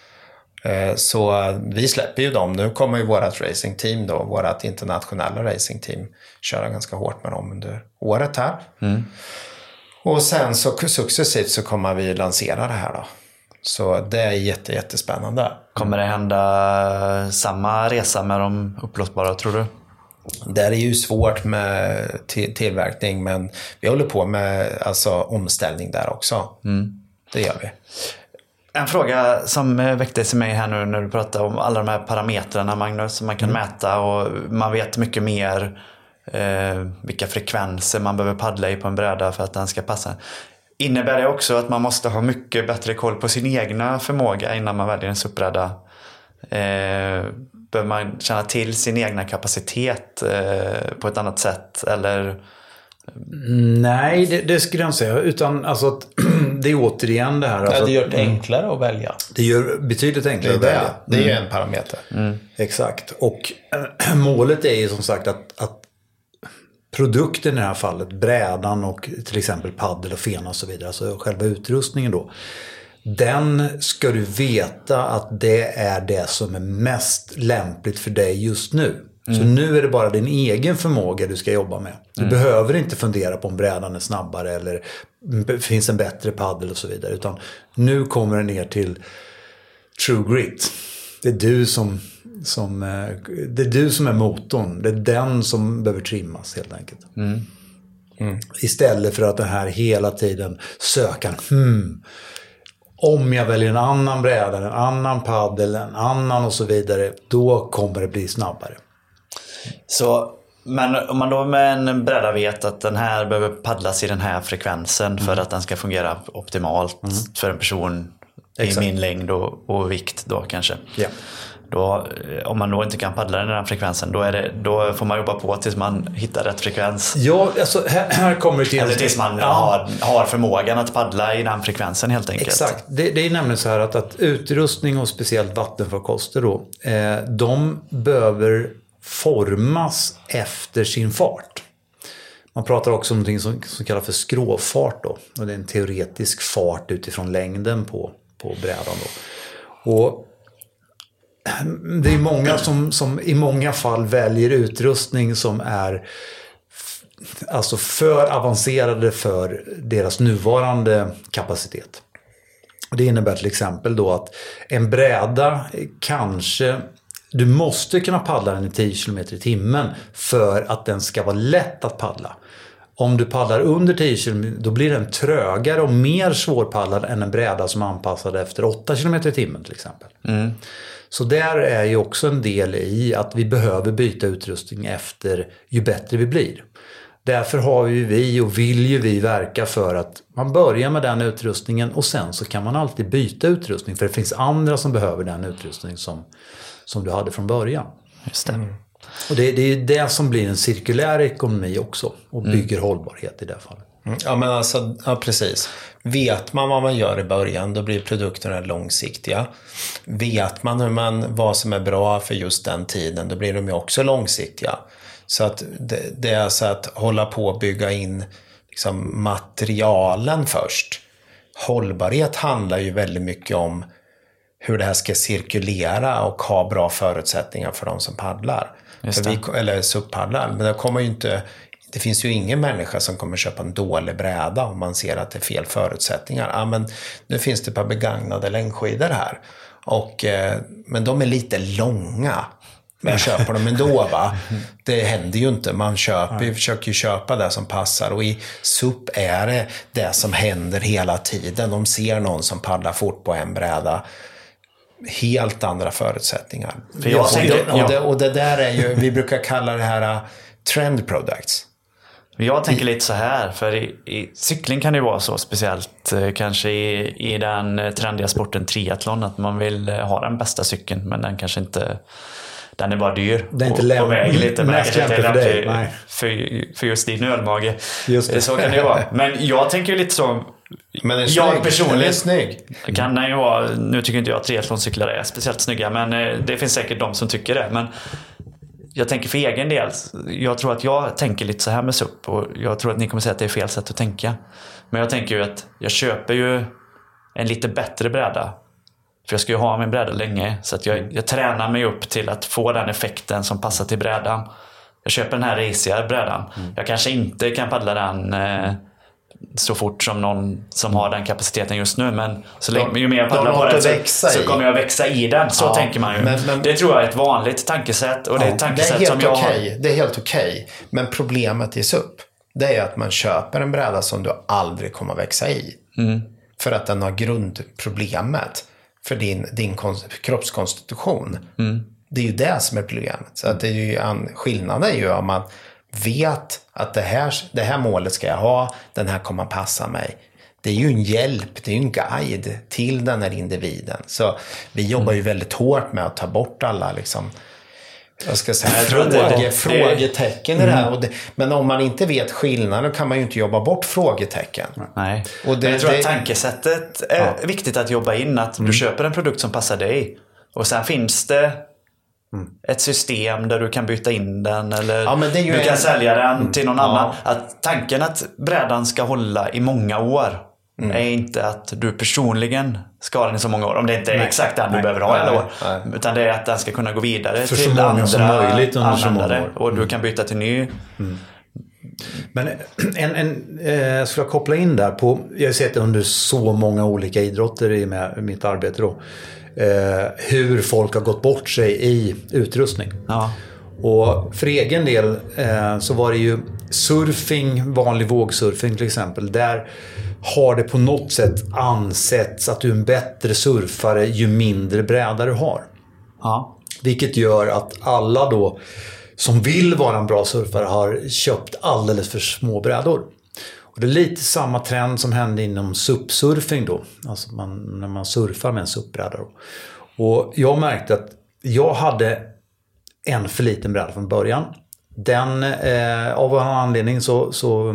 Så vi släpper ju dem. Nu kommer ju vårat racingteam då, vårat internationella racingteam, köra ganska hårt med dem under året här. Och sen så successivt så kommer vi lansera det här då. Så det är jättespännande. Kommer det hända samma resa med de upplåsbara, tror du? Det är ju svårt med tillverkning, men vi håller på med omställning där också. Det gör vi. En fråga som väcktes i mig här nu när du pratar om alla de här parametrarna, Magnus, som man kan mäta, och man vet mycket mer vilka frekvenser man behöver paddla i på en bräda för att den ska passa. Innebär det också att man måste ha mycket bättre koll på sin egna förmåga innan man väljer en SUP-bräda? Behöver man känna till sin egna kapacitet på ett annat sätt? Eller... Nej, det skulle jag inte säga. Utan alltså att det är återigen det här. Alltså, det gör det enklare att välja. Det gör betydligt enklare att välja. Det är ju en parameter. Exakt. Och målet är ju som sagt att produkten i det här fallet, brädan och till exempel paddel och fena och så vidare, alltså själva utrustningen då, den ska du veta att det är det som är mest lämpligt för dig just nu. Så nu är det bara din egen förmåga du ska jobba med. Du behöver inte fundera på om brädan är snabbare eller finns en bättre paddel och så vidare. Utan nu kommer det ner till true grit. Det är du som är motorn. Det är den som behöver trimmas helt enkelt. Istället för att det här hela tiden söka om jag väljer en annan bräda, en annan paddel, en annan och så vidare, då kommer det bli snabbare. Så, men om man då med en bräda vet att den här behöver paddlas i den här frekvensen för att den ska fungera optimalt för en person i min längd och vikt då kanske. Yeah. Då, om man då inte kan paddla den här frekvensen, då får man jobba på tills man hittar rätt frekvens. Ja, alltså här kommer det till... Eller tills man har förmågan att paddla i den frekvensen helt enkelt. Exakt. Det är nämligen så här att utrustning och speciellt vattenfarkoster då, de behöver formas efter sin fart. Man pratar också om någonting som kallas för skråfart då. Och det är en teoretisk fart utifrån längden på brädan då. Och det är många som i många fall väljer utrustning som är alltså för avancerade för deras nuvarande kapacitet. Det innebär till exempel då att en bräda kanske... Du måste kunna paddla den i 10 km i timmen för att den ska vara lätt att paddla. Om du paddlar under 10 km, då blir den trögare och mer svårpaddlad än en bräda som är anpassad efter 8 km i timmen till exempel. Så där är ju också en del i att vi behöver byta utrustning efter ju bättre vi blir. Därför har ju vi och vill ju vi verka för att man börjar med den utrustningen och sen så kan man alltid byta utrustning. För det finns andra som behöver den utrustning som du hade från början. Just det. Och det är ju det som blir en cirkulär ekonomi också och bygger hållbarhet i det fallet. Ja, men alltså, ja, precis. Vet man vad man gör i början, då blir produkterna långsiktiga. Vet man vad som är bra för just den tiden, då blir de ju också långsiktiga. Så att det är så att hålla på och bygga in liksom materialen först. Hållbarhet handlar ju väldigt mycket om hur det här ska cirkulera och ha bra förutsättningar för de som paddlar. Eller SUP-paddlar. Men det finns ju ingen människa som kommer köpa en dålig bräda om man ser att det är fel förutsättningar. Ja, men nu finns det ett par begagnade längdskidor här. Men de är lite långa. Men köper dem ändå, va? Det händer ju inte. Man försöker ju köpa det som passar. Och i SUP är det som händer hela tiden. De ser någon som paddlar fort på en bräda. Helt andra förutsättningar. Och det där är ju, vi brukar kalla det här trend products. Jag tänker lite så här, för i cykling kan det ju vara så, speciellt kanske i den trendiga sporten triathlon, att man vill ha den bästa cykeln, men den kanske inte, den är bara dyr. Det är inte och väger lite, men mest lämplig för dig. Nej. För just din ölmage. Just det. Så kan det ju vara. Men jag tänker ju lite så. Men är jag personligen är snygg. Kan den ju vara, nu tycker inte jag att triathlon-cyklar är speciellt snygga, men det finns säkert de som tycker det. Men jag tänker för egen del, jag tror att jag tänker lite så här med SUP, och jag tror att ni kommer säga att det är fel sätt att tänka. Men jag tänker ju att jag köper ju en lite bättre bräda. För jag ska ju ha min bräda länge, så att jag tränar mig upp till att få den effekten som passar till brädan. Jag köper den här racigare brädan. Jag kanske inte kan paddla den så fort som någon som har den kapaciteten just nu, men så länge, ju mer jag paddlar på den så kommer jag växa i den. Så tänker man ju. Men det tror jag är ett vanligt tankesätt, och det är ett tankesätt som jag har. Det är helt okej. Men problemet i SUP, det är att man köper en bräda som du aldrig kommer växa i. För att den har grundproblemet för din kroppskonstitution. Det är ju det som är problemet. Så att det är ju skillnaden är ju om vet att det här målet ska jag ha, den här kommer passa mig. Det är ju en hjälp, det är ju en guide till den här individen. Så vi jobbar ju väldigt hårt med att ta bort alla liksom, jag ska säga, frågetecken i det här. Men om man inte vet skillnaden kan man ju inte jobba bort frågetecken. Nej. Men jag tror att tankesättet är viktigt att jobba in. Att du köper en produkt som passar dig. Och sen finns det ett system där du kan byta in den. Eller du kan sälja den till någon annan. Att tanken att brädan ska hålla i många år är inte att du personligen ska ha den i så många år. Om det inte är exakt den du behöver ha i alla år. Utan det är att den ska kunna gå vidare för till så andra som möjligt under så många år. Och du kan byta till ny. Men jag skulle koppla in där på, jag har sett under så många olika idrotter i mitt arbete då, hur folk har gått bort sig i utrustning. Ja. Och för egen del så var det ju surfing, vanlig vågsurfing till exempel, där har det på något sätt ansetts att du är en bättre surfare ju mindre bräda du har. Ja. Vilket gör att alla då som vill vara en bra surfare har köpt alldeles för små brädor. Och det är lite samma trend som hände inom SUP-surfing då. Alltså när man surfar med en SUP-bräda då. Och jag märkte att jag hade en för liten bräda från början. Den, av en anledning så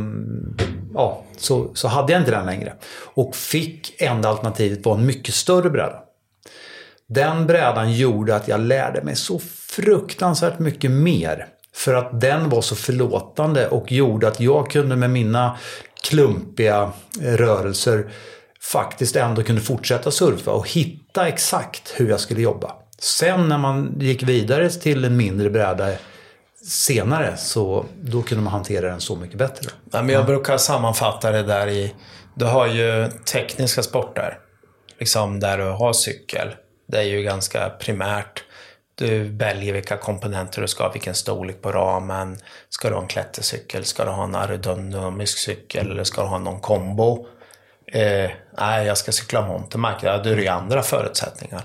hade jag inte den längre. Och fick enda alternativet var en mycket större bräda. Den brädan gjorde att jag lärde mig så fruktansvärt mycket mer. För att den var så förlåtande och gjorde att jag kunde med mina klumpiga rörelser faktiskt ändå kunde fortsätta surfa och hitta exakt hur jag skulle jobba. Sen när man gick vidare till en mindre bräda senare, så då kunde man hantera den så mycket bättre. Ja, men jag brukar sammanfatta det där i, du har ju tekniska sporter liksom där du har cykel. Det är ju ganska primärt. Du väljer vilka komponenter du ska ha, vilken storlek på ramen. Ska du ha en klättercykel? Ska du ha en aerodynamisk cykel? Eller ska du ha någon kombo? Nej, jag ska cykla mountainbike. Ja, då är det ju andra förutsättningar.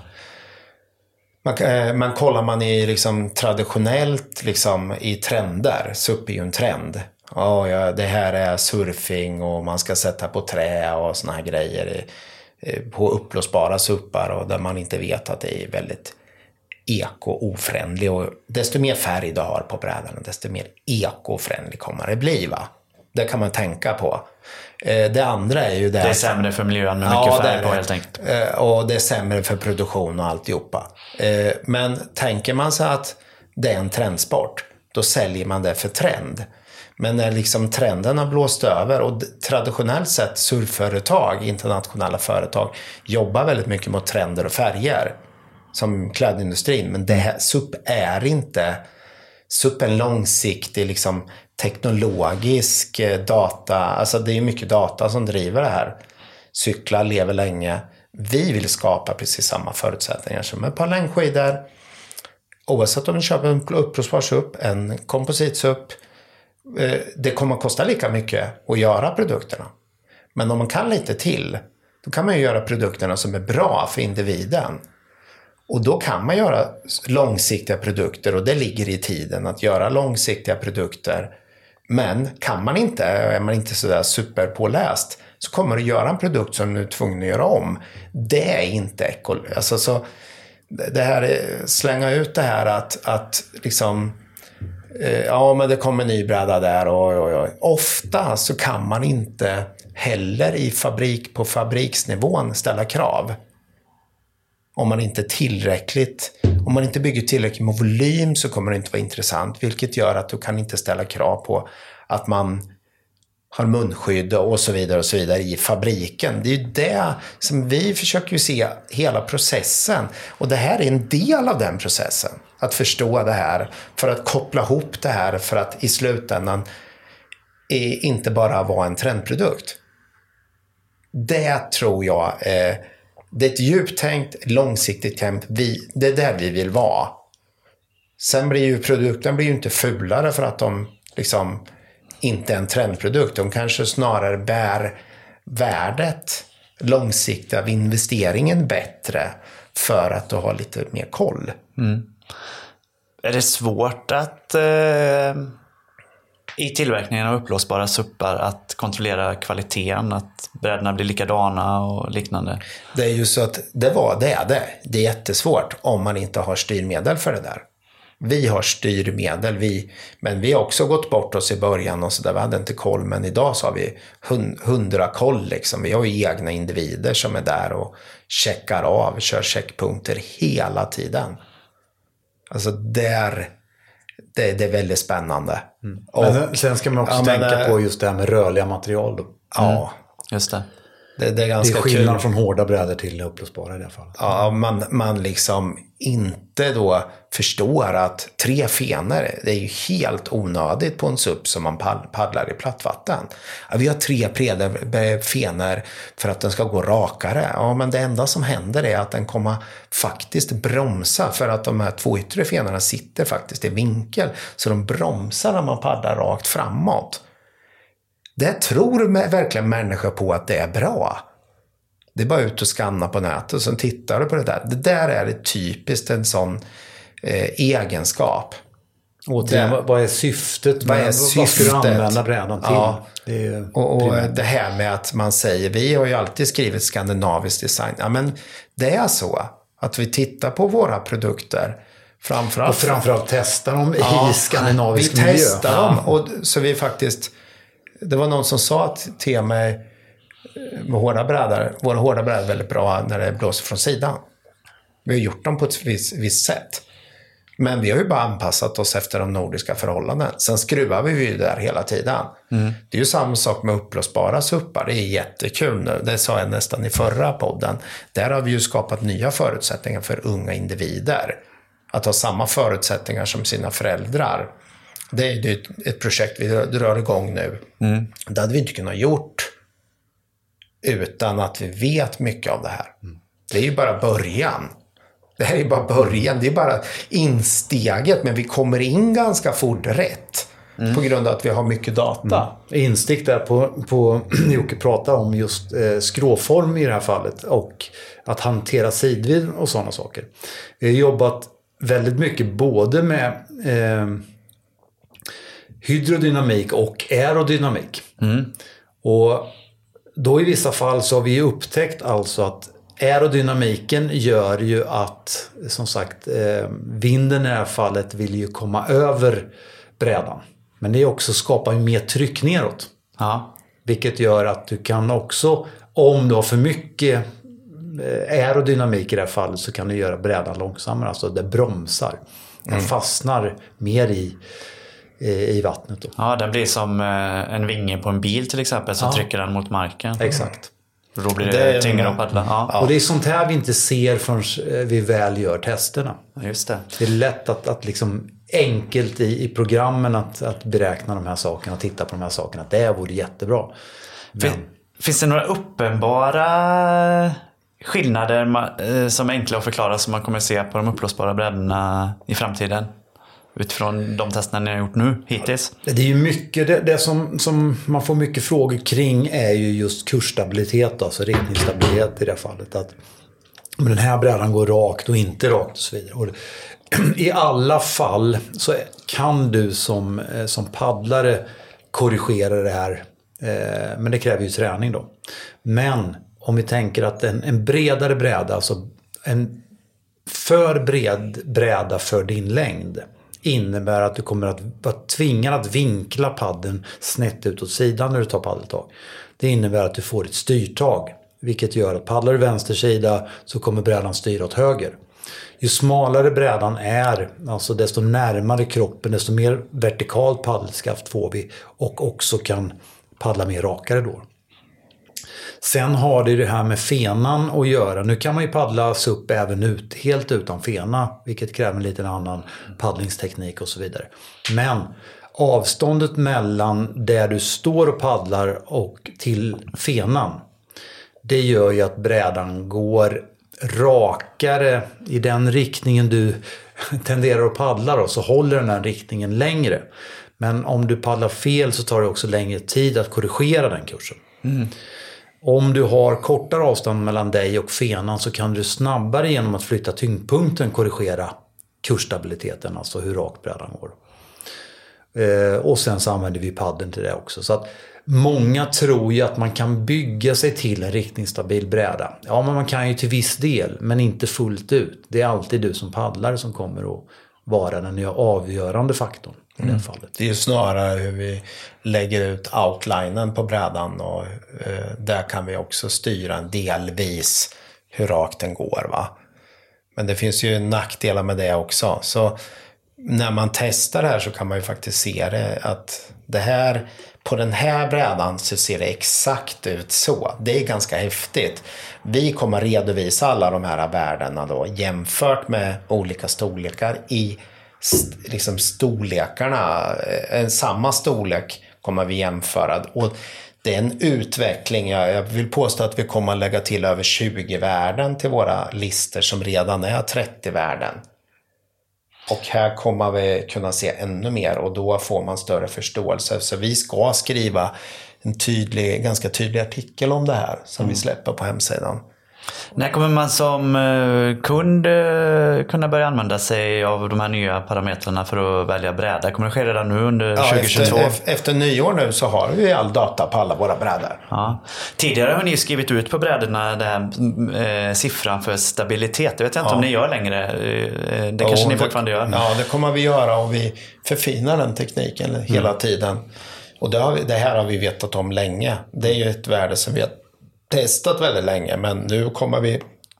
Men kollar man i liksom traditionellt liksom i trender, SUP är ju en trend. Det här är surfing och man ska sätta på trä och såna här grejer på upplösbara suppar, och där man inte vet att det är väldigt eko-ofrändlig, och desto mer färg du har på brädan, desto mer eko-ofrändlig kommer det bli, va? Det kan man tänka på. Det andra är ju det är sämre för miljön med mycket färg på, helt enkelt. Och det är sämre för produktion och alltihopa. Men tänker man sig att det är en trendsport, då säljer man det för trend. Men när liksom trenden har blåst över, och traditionellt sett surfföretag, internationella företag, jobbar väldigt mycket mot trender och färger som klädindustrin. Men det här, SUP är inte SUP, en långsiktig liksom teknologisk data. Alltså det är mycket data som driver det här. Cyklar lever länge. Vi vill skapa precis samma förutsättningar som ett par längdskidor. Oavsett om du köper en uppblåsbar SUP, en kompositsup. Det kommer att kosta lika mycket att göra produkterna. Men om man kan lite till, då kan man ju göra produkterna som är bra för individen. Och då kan man göra långsiktiga produkter, och det ligger i tiden att göra långsiktiga produkter. Men kan man inte, är man inte sådär superpåläst, så kommer du göra en produkt som du är tvungen att göra om. Det är inte alltså, så det här, slänga ut det här att liksom, ja men det kommer en ny bräda där och. Ofta så kan man inte heller på fabriksnivån ställa krav. Om man inte bygger tillräckligt med volym, så kommer det inte vara intressant, vilket gör att du kan inte ställa krav på att man har munskydd och så vidare i fabriken. Det är ju det som vi försöker se, hela processen, och det här är en del av den processen, att förstå det här, för att koppla ihop det här, för att i slutändan inte bara vara en trendprodukt. Det tror jag det är ett djupt tänkt, långsiktigt tänkt. Det är där vi vill vara. Sen blir ju produkten inte fulare för att de liksom inte är en trendprodukt. De kanske snarare bär värdet, långsiktigt av investeringen bättre, för att du har lite mer koll. Är det svårt att i tillverkningen av upplåsbara suppar att kontrollera kvaliteten, att brädorna blir likadana och liknande? Det är ju så att det är jättesvårt om man inte har styrmedel för det där. Vi har styrmedel, men vi har också gått bort oss i början och så där, vi hade inte koll, men idag så har vi 100 koll liksom. Vi har ju egna individer som är där och checkar av, kör checkpunkter hela tiden. Alltså det är väldigt spännande. Men sen ska man också tänka på just det här med rörliga material då. Ja, just det. Det är ganska kul. Det är skillnad kul. från hårda brädor till upplösbara i det här fallet. Ja, man liksom inte då förstår att 3 fenor, det är ju helt onödigt på en SUP som man paddlar i plattvatten. Ja, vi har 3 fenor för att den ska gå rakare. Ja, men det enda som händer är att den kommer faktiskt bromsa, för att de här 2 yttre fenorna sitter faktiskt i vinkel, så de bromsar när man paddlar rakt framåt. Det tror verkligen människor på att det är bra. Det är bara ut och skanna på nätet och så tittar du på det där. Det där är det typiskt en sån egenskap. Vad är syftet? Vad ska du använda brädan till? Ja. Det är och det här med att man säger, vi har ju alltid skrivit skandinavisk design. Ja, men det är så att vi tittar på våra produkter. Framförallt testar dem i skandinavisk miljö. Vi testar dem. Och så vi faktiskt, det var någon som sa till mig, med våra hårda brädor är väldigt bra när det blåser från sidan. Vi har gjort dem på ett visst sätt. Men vi har ju bara anpassat oss efter de nordiska förhållanden. Sen skruvar vi ju där hela tiden. Det är ju samma sak med upplösbara suppar. Det är jättekul nu. Det sa jag nästan i förra podden. Där har vi ju skapat nya förutsättningar för unga individer. Att ha samma förutsättningar som sina föräldrar. Det är ju ett projekt vi drar igång nu. Det hade vi inte kunnat gjort utan att vi vet mycket av det här. Det är ju bara början. Det här är bara början. Det är bara insteget, men vi kommer in ganska fort rätt. På grund av att vi har mycket data. Instick där på Jocke prata om just skråform i det här fallet. Och att hantera sidvid och sådana saker. Vi har jobbat väldigt mycket både med hydrodynamik och aerodynamik. Och då i vissa fall så har vi upptäckt alltså att aerodynamiken gör ju att, som sagt, vinden i det här fallet vill ju komma över brädan. Men det också skapar ju mer tryck neråt. Ja. Vilket gör att du kan också, om du har för mycket aerodynamik i det här fallet, så kan du göra brädan långsammare. Alltså det bromsar. Den fastnar mer i vattnet då. Ja, den blir som en vinge på en bil till exempel, så trycker den mot marken. Exakt. Då blir det tyngre att paddla. Ja. Och det är sånt här vi inte ser förrän vi väl gör testerna. Just det. Det är lätt att liksom enkelt i programmen att beräkna de här sakerna och titta på de här sakerna. Det vore jättebra. Finns det några uppenbara skillnader som är enkla att förklara som man kommer att se på de upplösbara brädorna i framtiden? Utifrån de testerna ni har gjort nu hittills? Det är ju mycket, det som man får mycket frågor kring är ju just kursstabilitet, alltså riktningsstabilitet i det här fallet. Att den här brädan går rakt och inte rakt och så vidare. Och i alla fall så kan du som paddlare korrigera det här, men det kräver ju träning då. Men om vi tänker att en bredare bräda, alltså en för bred bräda för din längd, innebär att du kommer att vara tvingad att vinkla paddeln snett ut åt sidan när du tar paddeltag. Det innebär att du får ett styrtag, vilket gör att paddlar du vänster sida så kommer brädan styra åt höger. Ju smalare brädan är, alltså desto närmare kroppen, desto mer vertikalt paddelskaft får vi och också kan paddla mer rakare då. Sen har det här med fenan att göra. Nu kan man ju paddla upp även helt utan fena, vilket kräver en lite annan paddlingsteknik och så vidare. Men avståndet mellan där du står och paddlar och till fenan, det gör ju att brädan går rakare i den riktningen du tenderar att paddla då, så håller den här riktningen längre. Men om du paddlar fel så tar det också längre tid att korrigera den kursen. Om du har kortare avstånd mellan dig och fenan så kan du snabbare genom att flytta tyngdpunkten korrigera kursstabiliteten, alltså hur rak brädan går. Och sen så använder vi paddeln till det också. Så att många tror ju att man kan bygga sig till en riktningsstabil bräda. Ja, men man kan ju till viss del, men inte fullt ut. Det är alltid du som paddlare som kommer att vara den avgörande faktorn i det fallet. Det är ju snarare hur vi lägger ut outlinen på brädan, och där kan vi också styra delvis hur rakt den går, va. Men det finns ju nackdelar med det också. Så när man testar det här så kan man ju faktiskt se det, att det här, på den här brädan så ser det exakt ut så. Det är ganska häftigt. Vi kommer redovisa alla de här värdena då jämfört med olika storlekar i liksom storlekarna. Samma storlek kommer vi jämföra. Och det är en utveckling. Jag vill påstå att vi kommer att lägga till över 20 värden till våra listor som redan är 30 värden. Och här kommer vi kunna se ännu mer, och då får man större förståelse. Så vi ska skriva en ganska tydlig artikel om det här som vi släpper på hemsidan. När kommer man som kund kunna börja använda sig av de här nya parametrarna för att välja bräda? Kommer det ske redan nu under 2022? Efter nyår nu så har vi all data på alla våra brädor. Ja. Tidigare har ni skrivit ut på brädorna den siffran för stabilitet. Jag vet inte om ni gör längre. Det kanske ni fortfarande gör. Ja, det kommer vi göra, och vi förfinar den tekniken hela tiden. Och det här har vi vetat om länge. Det är ju ett värde som vi har testat väldigt länge, men nu kommer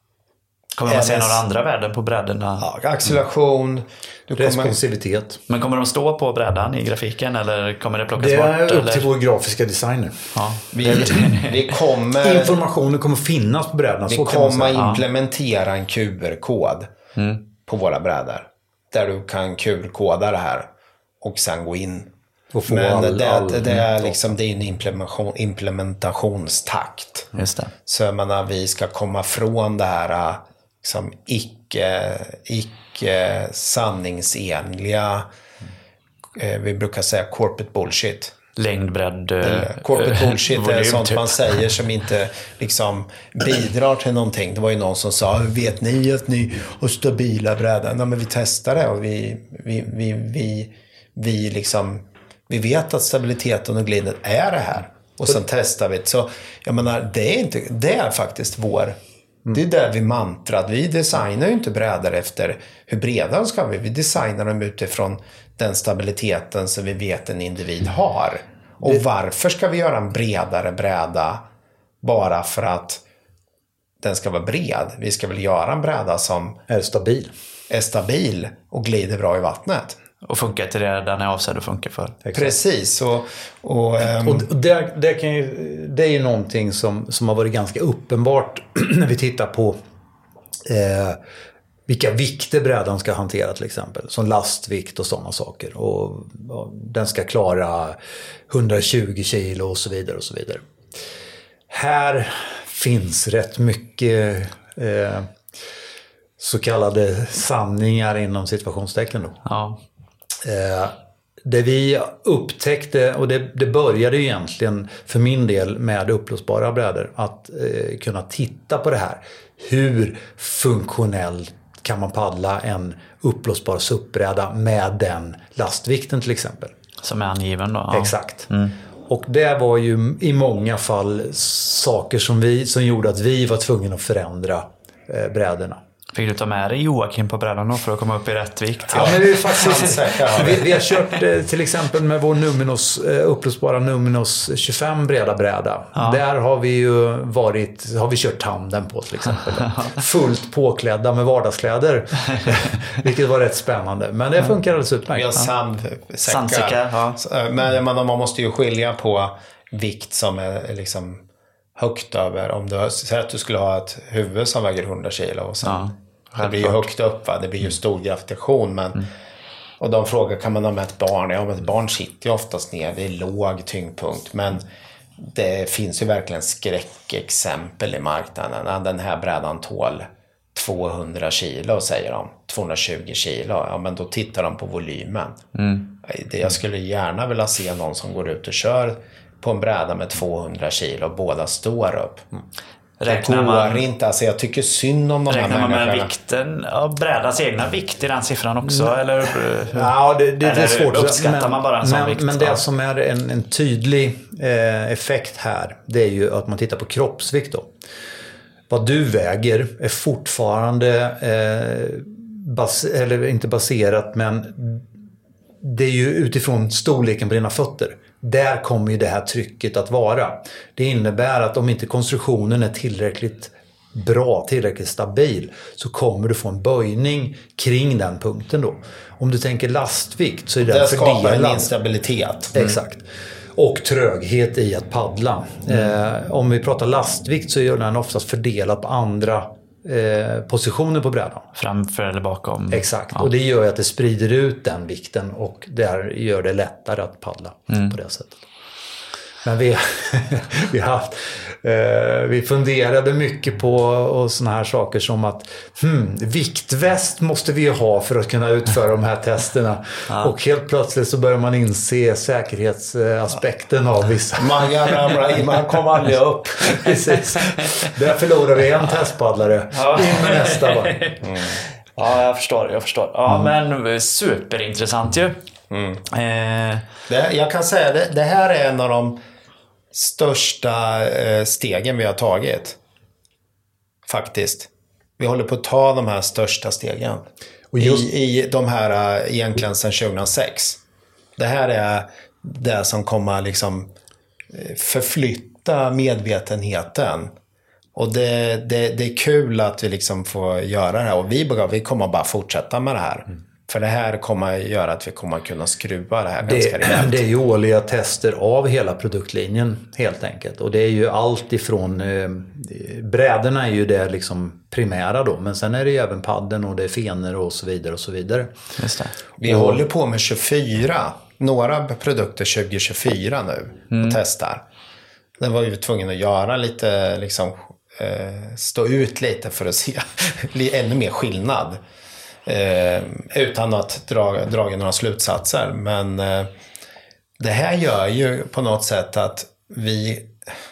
man se några andra värden på brädorna? Ja, acceleration, responsivitet. Men kommer de stå på brädan i grafiken, eller kommer det plockas bort? Det är upp till vår grafiska designer. Ja. Vi kommer... Informationen kommer finnas på brädan. Vi kommer implementera en QR-kod på våra brädor. Där du kan QR-koda det här och sen gå in. Men det är en implementationstakt. Just det. Så jag menar, vi ska komma från det här liksom icke sanningsenliga, vi brukar säga corporate bullshit. Längdbredd. Corporate bullshit är sånt typ. Man säger som inte liksom bidrar till någonting. Det var ju någon som sa, vet ni att ni har stabila brädor? Ja, men vi testar det, och vi vet att stabiliteten och gliden är det här. Och sen testar vi. Så jag menar, det är faktiskt det är där vi mantrat. Vi designar ju inte brädor efter hur breda de ska vi. Vi designar dem utifrån den stabiliteten som vi vet en individ har. Och varför ska vi göra en bredare bräda bara för att den ska vara bred? Vi ska väl göra en bräda som är stabil och glider bra i vattnet. Och funkar till det den är avsedd att funka för. Exakt. Precis. Och det är ju någonting som har varit ganska uppenbart när vi tittar på vilka vikter brädan ska hantera, till exempel. Som lastvikt och sådana saker. Och den ska klara 120 kilo och så vidare och så vidare. Här finns rätt mycket så kallade sanningar inom situationstecken då. Ja. Det vi upptäckte, och det började ju egentligen för min del med upplösbara brädor, att kunna titta på det här. Hur funktionellt kan man paddla en upplösbar SUP-bräda med den lastvikten till exempel? Som är angiven då? Ja. Exakt. Och det var ju i många fall saker som gjorde att vi var tvungna att förändra brädorna. Fick du ta med dig Joakim på brädan då för att komma upp i rätt vikt? Ja, men det är faktiskt vi har kört till exempel med vår upplösbara Numinos 25 breda bräda. Ja. Där har vi kört tandem på till exempel. Fullt påklädda med vardagskläder. Vilket var rätt spännande. Men det funkar alldeles utmärkt. Vi har sandsäckar. Ja. Men man måste ju skilja på vikt som är liksom högt över. Om du säger att du skulle ha ett huvud som väger 100 kilo och sen det blir ju högt upp, va? Det blir ju stor gravitation, men och de frågar, kan man ha med ett barn? Ja, men ett barn sitter ju oftast ner, det är låg tyngdpunkt, men det finns ju verkligen skräckexempel i marknaden. Den här brädan tål 200 kilo, säger de. 220 kilo, ja, men då tittar de på volymen. Jag skulle gärna vilja se någon som går ut och kör på en bräda med 200 kilo, båda står upp. Jag tycker synd om de här människorna. Räknar man med vikten av brädans egna vikt i den siffran också? Eller, ja, det är svårt. Uppskattar man bara en sån vikt? Men det som är en tydlig effekt här, det är ju att man tittar på kroppsvikt då. Vad du väger är fortfarande eller inte baserat, men det är ju utifrån storleken på dina fötter. Där kommer ju det här trycket att vara. Det innebär att om inte konstruktionen är tillräckligt bra, tillräckligt stabil, så kommer du få en böjning kring den punkten då. Om du tänker lastvikt så är den fördelad. Det skapar en instabilitet. Exakt. Och tröghet i att paddla. Om vi pratar lastvikt så är den oftast fördelad på andra positioner på brädan. Framför eller bakom. Exakt, ja. Och det gör att det sprider ut den vikten och där gör det lättare att paddla på det sättet. Men vi funderade mycket på såna här saker som att viktväst måste vi ha för att kunna utföra de här testerna. Ja. Och helt plötsligt så börjar man inse säkerhetsaspekten av vissa. Man kom aldrig upp. Precis. Där förlorar vi en testpaddlare. In med nästa bara. Ja, jag förstår. Ja, men superintressant ju. Jag kan säga det här är en av de största stegen vi har tagit. Faktiskt. Vi håller på att ta de här största stegen. Och i de här egentligen sedan 2006. Det här är det som kommer liksom förflytta medvetenheten. Och det är kul att vi liksom får göra det här. Och vi kommer bara fortsätta med det här. För det här kommer göra att vi kommer kunna skruva det här ganska rejält. Det är ju årliga tester av hela produktlinjen helt enkelt. Och det är ju allt ifrån brädorna är ju det liksom primära då. Men sen är det ju även padden och det är fenor och så vidare och så vidare. Just det. Vi håller på med 24. Några produkter 2024 nu och testar. Det var vi tvungna att göra lite liksom stå ut lite för att se ännu mer skillnad. Utan att dra några slutsatser, men det här gör ju på något sätt att vi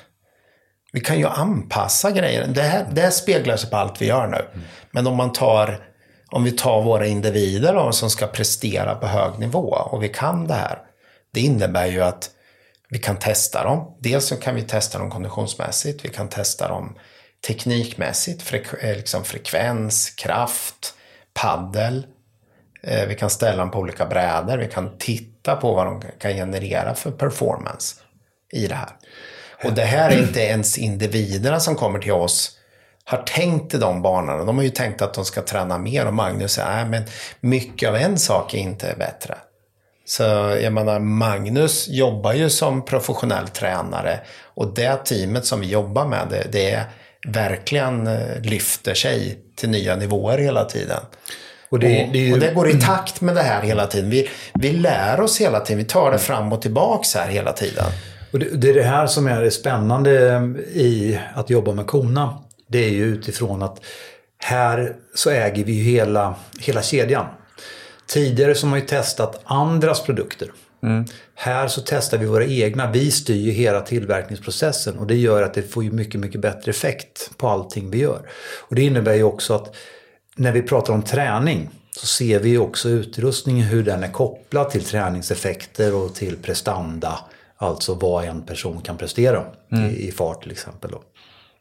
kan ju anpassa grejer. Det här speglar sig på allt vi gör nu. Men om vi tar våra individer då, som ska prestera på hög nivå och vi kan det här, det innebär ju att vi kan testa dem. Dels så kan vi testa dem konditionsmässigt, vi kan testa dem teknikmässigt, frekvens, kraft, paddel. Vi kan ställa dem på olika brädor. Vi kan titta på vad de kan generera för performance i det här. Och det här är inte ens individerna som kommer till oss har tänkt i de banorna. De har ju tänkt att de ska träna mer, och Magnus säger men mycket av en sak är inte bättre. Så jag menar, Magnus jobbar ju som professionell tränare, och det teamet som vi jobbar med, det verkligen lyfter sig till nya nivåer hela tiden. Och det går i takt med det här hela tiden. Vi lär oss hela tiden. Vi tar det fram och tillbaks här hela tiden. Och det är det här som är det spännande i att jobba med Kona. Det är ju utifrån att här så äger vi ju hela kedjan. Tidigare så har man ju testat andras produkter. Här så testar vi våra egna. Vi styr ju hela tillverkningsprocessen, och det gör att det får ju mycket, mycket bättre effekt på allting vi gör. Och det innebär ju också att när vi pratar om träning så ser vi också utrustningen, hur den är kopplad till träningseffekter och till prestanda. Alltså vad en person kan prestera i fart till exempel då.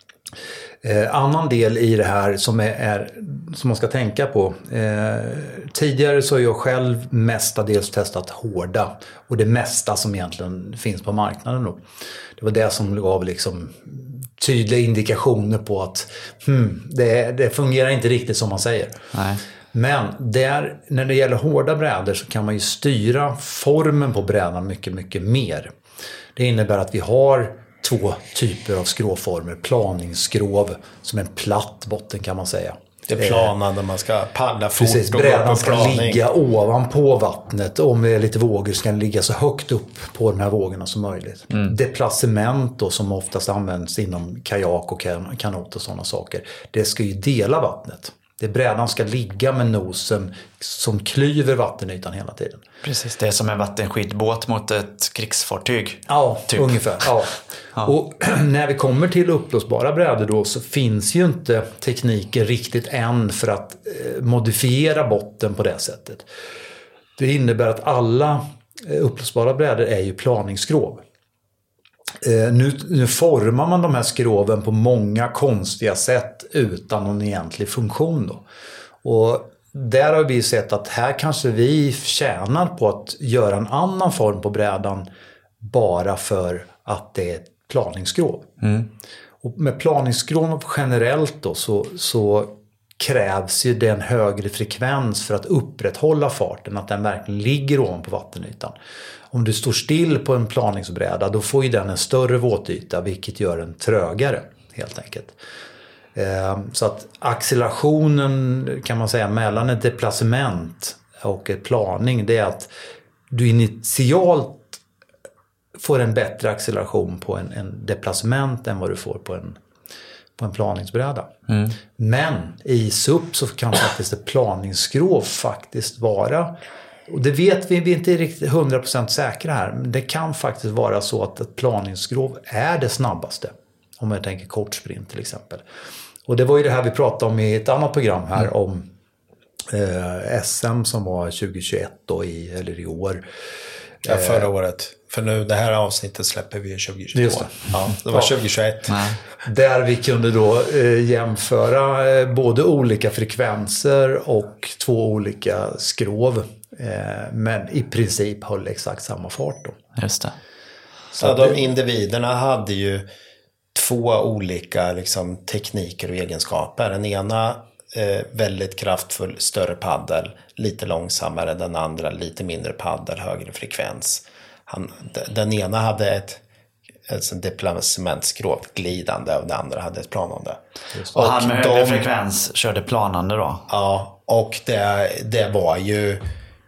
Annan del i det här som man ska tänka på. Tidigare så har jag själv mestadels testat hårda, och det mesta som egentligen finns på marknaden då. Det var det som gav liksom tydliga indikationer på att det fungerar inte riktigt som man säger. Nej. Men när det gäller hårda brädor så kan man ju styra formen på brädan mycket, mycket mer. Det innebär att vi har 2 typer av skrovformer. Planingsskrov som en platt botten kan man säga. Det är planan där man ska paddla fort. Precis, brädan ska ligga ovanpå vattnet. Om det är lite vågor ska den ligga så högt upp på de här vågorna som möjligt. Deplacement då, som oftast används inom kajak och kanot och sådana saker. Det ska ju dela vattnet. Det brädan ska ligga med nosen som klyver vattenytan hela tiden. Precis, det är som en vattenskidbåt mot ett krigsfartyg. Ja, typ. Ungefär. Ja. Ja. Och när vi kommer till uppblåsbara brädor då, så finns ju inte tekniken riktigt än för att modifiera botten på det sättet. Det innebär att alla uppblåsbara brädor är ju planingsskrov. Nu formar man de här skroven på många konstiga sätt utan någon egentlig funktion då. Och där har vi sett att här kanske vi tjänar på att göra en annan form på brädan bara för att det är ett planingsskrov. Och med planingsskrov generellt då så krävs ju det en högre frekvens för att upprätthålla farten, att den verkligen ligger ovanpå vattenytan. Om du står still på en planingsbräda, då får ju den en större våtyta, vilket gör den trögare helt enkelt. Så att accelerationen kan man säga mellan ett deplacement och ett planing, det är att du initialt får en bättre acceleration på en deplacement än vad du får på en planingsbräda. Men i SUP så kan faktiskt ett planingsskrov faktiskt vara, och det vet vi är inte riktigt 100% säkra här, men det kan faktiskt vara så att ett planingsskrov är det snabbaste. Om jag tänker kortsprint till exempel. Och det var ju det här vi pratade om i ett annat program här om SM som var 2021 då eller i år. Ja, förra året. För nu, det här avsnittet släpper vi 2022. Just det. Ja, det var 2021. Nej. Där vi kunde då jämföra både olika frekvenser och 2 olika skrov. Men i princip höll exakt samma fart då. Just det. Så de individerna hade ju 2 olika liksom, tekniker och egenskaper. Den ena väldigt kraftfull, större paddel, lite långsammare. Den andra lite mindre paddel, högre frekvens. Den ena hade ett deplacementskrov glidande och den andra hade ett planande. Och han med högre frekvens körde planande då? Ja, och det var ju...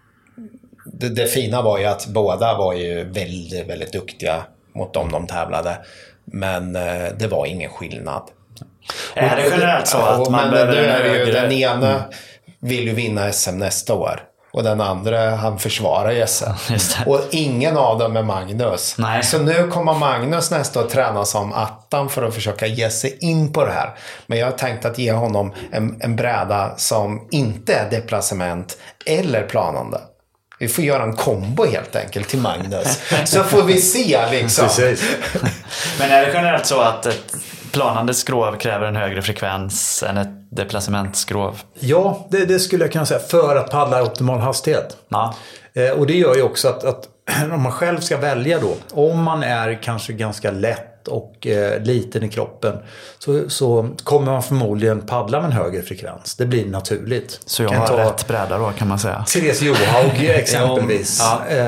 Det fina var ju att båda var ju väldigt, väldigt duktiga mot dem de tävlade. Men det var ingen skillnad. Är det generellt så att man behöver... Den ena vill ju vinna SM nästa år. Och den andra, han försvarar ju SM. Och ingen av dem är Magnus. Nej. Så nu kommer Magnus nästa år träna som attan för att försöka ge sig in på det här. Men jag har tänkt att ge honom en bräda som inte är deplacement eller planande. Vi får göra en kombo helt enkelt till Magnus. Så får vi se liksom. Men är det generellt så att ett planande skrov kräver en högre frekvens än ett deplacementskrov? Ja, det skulle jag kunna säga, för att paddla i optimal hastighet. Ja. Och det gör ju också att om man själv ska välja då, om man är kanske ganska lätt och liten i kroppen, så kommer man förmodligen paddla med en högre frekvens. Det blir naturligt. Så jag har rätt bräda då, kan man säga. Therese Johaug exempelvis.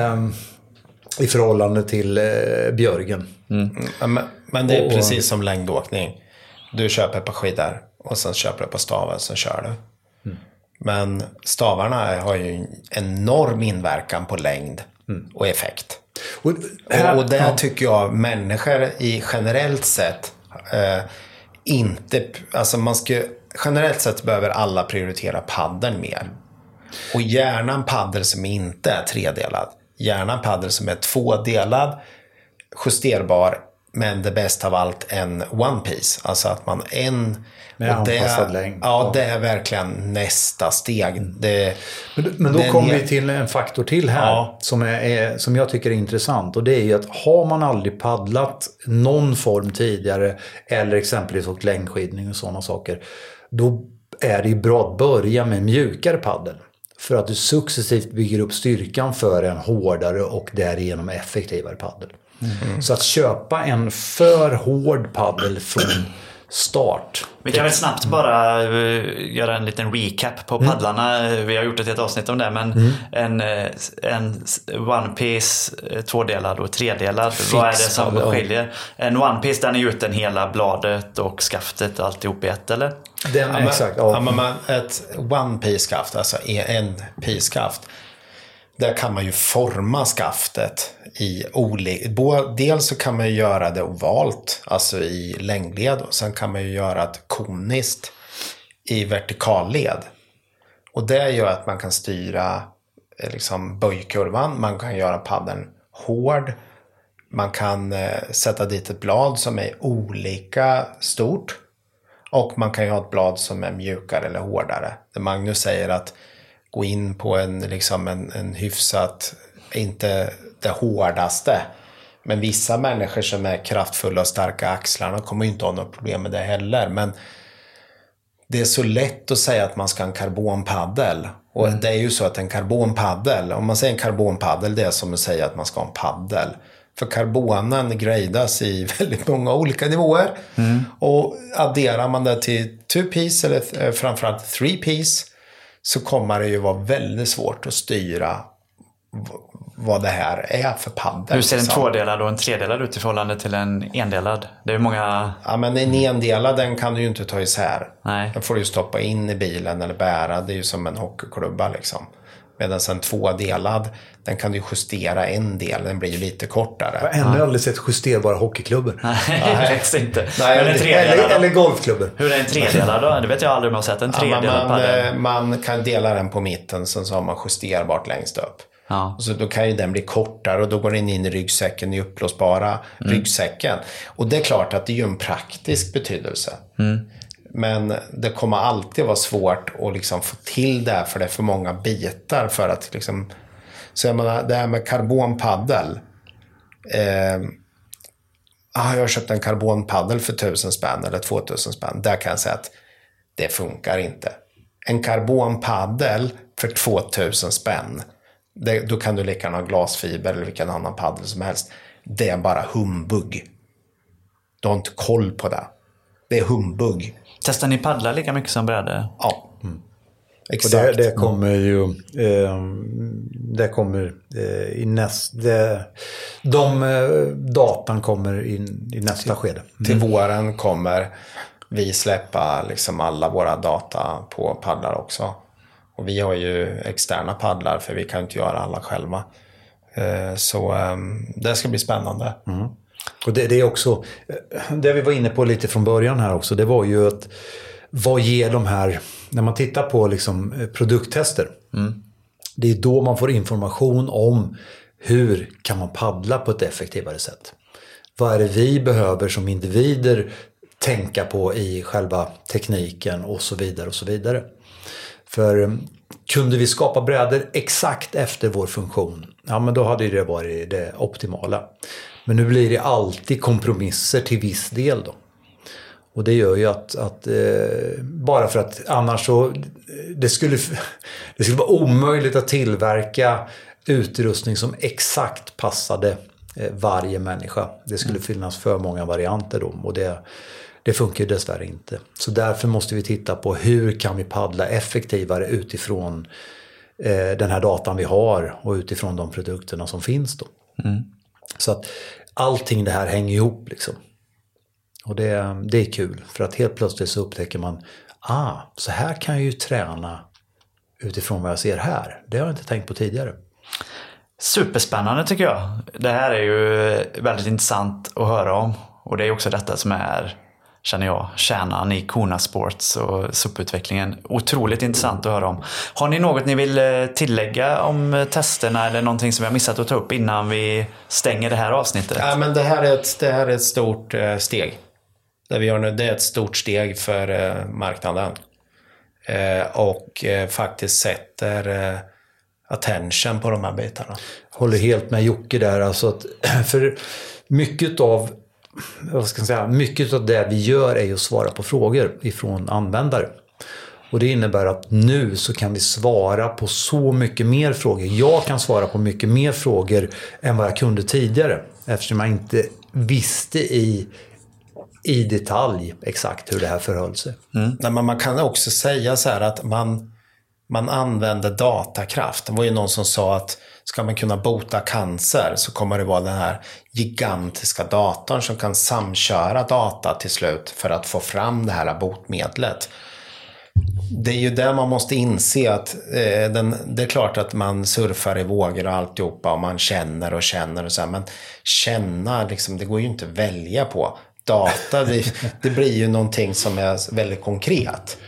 I förhållande till Björgen. Men det är precis som längdåkning. Du köper ett par skidor och sen köper du på staven, så kör du. Men stavarna har ju en enorm inverkan på längd och effekt. Och det tycker jag människor i generellt sett inte... Alltså generellt sett behöver alla prioritera paddeln mer. Och gärna en paddel som inte är 3-delad. Gärna en paddel som är 2-delad, justerbar, men det bästa av allt en one piece. Alltså att man med anpassad längd. Ja, det är verkligen nästa steg. Men då kommer vi till en faktor till här som jag tycker är intressant. Och det är ju att har man aldrig paddlat någon form tidigare eller exempelvis åkt längdskidning och sådana saker, då är det bra att börja med mjukare paddel. För att du successivt bygger upp styrkan för en hårdare och därigenom effektivare paddel. Så att köpa en för hård paddel från start. Vi kan väl snabbt bara göra en liten recap på paddlarna. Vi har gjort ett avsnitt om det, men en One Piece 2-delad och 3-delad. Vad är det som skiljer? En One Piece, den är gjuten hela bladet och skaftet alltihop i ett, eller? Exakt. Ett One Piece skaft, alltså en piece-skaft, där kan man ju forma skaftet i dels så kan man ju göra det ovalt, alltså i längdled, och sen kan man ju göra ett koniskt i vertikalled. Och det gör att man kan styra liksom böjkurvan, man kan göra paddeln hård, man kan sätta dit ett blad som är olika stort och man kan ju ha ett blad som är mjukare eller hårdare. Det Magnus säger att gå in på en hyfsat, inte det hårdaste, men vissa människor som är kraftfulla och starka axlarna kommer ju inte ha något problem med det heller, men det är så lätt att säga att man ska ha en karbonpaddel. Och det är ju så att en karbonpaddel, om man säger en karbonpaddel, det är som att säga att man ska ha en paddel. För karbonen gradas i väldigt många olika nivåer. Och adderar man det till 2-piece eller framförallt 3-piece så kommer det ju vara väldigt svårt att styra vad det här är för paddel. Hur ser en tvådelad och en tredelad ut i förhållande till en endelad? Det är många... Ja, men en endelad, den kan du ju inte ta isär. Nej. Den får du ju stoppa in i bilen eller bära. Det är ju som en hockeyklubba liksom. Medan en tvådelad, den kan du justera en del. Den blir ju lite kortare. Jag har ännu aldrig sett justerbara hockeyklubbor. Nej, faktiskt inte. Nej, men en tredelad eller golfklubbor. Hur är en tredelad då? Det vet jag aldrig om jag har sett. En tredelad paddel. Man kan dela den på mitten, sen så har man justerbart längst upp. Ja. Så då kan ju den bli kortare och då går den in i ryggsäcken, i uppblåsbara ryggsäcken. Och det är klart att det är ju en praktisk betydelse. Men det kommer alltid vara svårt att liksom få till det, för det är för många bitar för att liksom... Så jag menar, det här med karbonpaddel. Jag har köpt en karbonpaddel för 1000 spänn eller 2000 spänn. Där kan jag säga att det funkar inte. En karbonpaddel för 2000 spänn. Då kan du lika gärna ha glasfiber eller vilken annan paddel som helst. Det är bara humbug. Du har inte koll på det. Det är humbug. Testar ni paddla lika mycket som brädor? Ja. Exakt. Och det kommer ju det kommer i datan kommer in i nästa skede. Till våren kommer vi släppa liksom alla våra data på paddlar också. Och vi har ju externa paddlar, för vi kan inte göra alla själva. Så det ska bli spännande. Och det är också, det vi var inne på lite från början här också, det var ju att vad ger de här, när man tittar på liksom produkttester, det är då man får information om hur kan man paddla på ett effektivare sätt. Vad är det vi behöver som individer tänka på i själva tekniken och så vidare och så vidare. För kunde vi skapa brädor exakt efter vår funktion, ja men då hade det varit det optimala. Men nu blir det alltid kompromisser till viss del då. Och det gör ju att bara för att annars så det skulle vara omöjligt att tillverka utrustning som exakt passade varje människa. Det skulle finnas för många varianter då, och det funkar ju dessvärre inte. Så därför måste vi titta på hur kan vi paddla effektivare utifrån den här datan vi har och utifrån de produkterna som finns då. Så att allting det här hänger ihop liksom. Och det är kul, för att helt plötsligt så upptäcker man så här kan jag ju träna utifrån vad jag ser här. Det har jag inte tänkt på tidigare. Superspännande tycker jag. Det här är ju väldigt intressant att höra om. Och det är också detta som är, känner jag, kärnan i Kona Sports och SUP-utvecklingen. Otroligt intressant att höra om. Har ni något ni vill tillägga om testerna eller någonting som vi har missat att ta upp innan vi stänger det här avsnittet? Ja, men det här är ett stort steg. Det vi gör nu, det är ett stort steg för marknaden. Och faktiskt sätter attention på de här bitarna. Håller helt med Jocke där. Alltså att, för mycket av det vi gör är ju att svara på frågor ifrån användare. Och det innebär att nu så kan vi svara på så mycket mer frågor. Jag kan svara på mycket mer frågor än vad jag kunde tidigare. Eftersom jag inte visste i detalj exakt hur det här förhöll sig. Nej, men man kan också säga så här att man använder datakraft. Det var ju någon som sa att ska man kunna bota cancer så kommer det vara den här gigantiska datorn som kan samköra data till slut för att få fram det här botmedlet. Det är ju där man måste inse att det är klart att man surfar i vågor och alltihopa och man känner och så här, men känna liksom, det går ju inte att välja på. Data, det blir ju någonting som är väldigt konkret.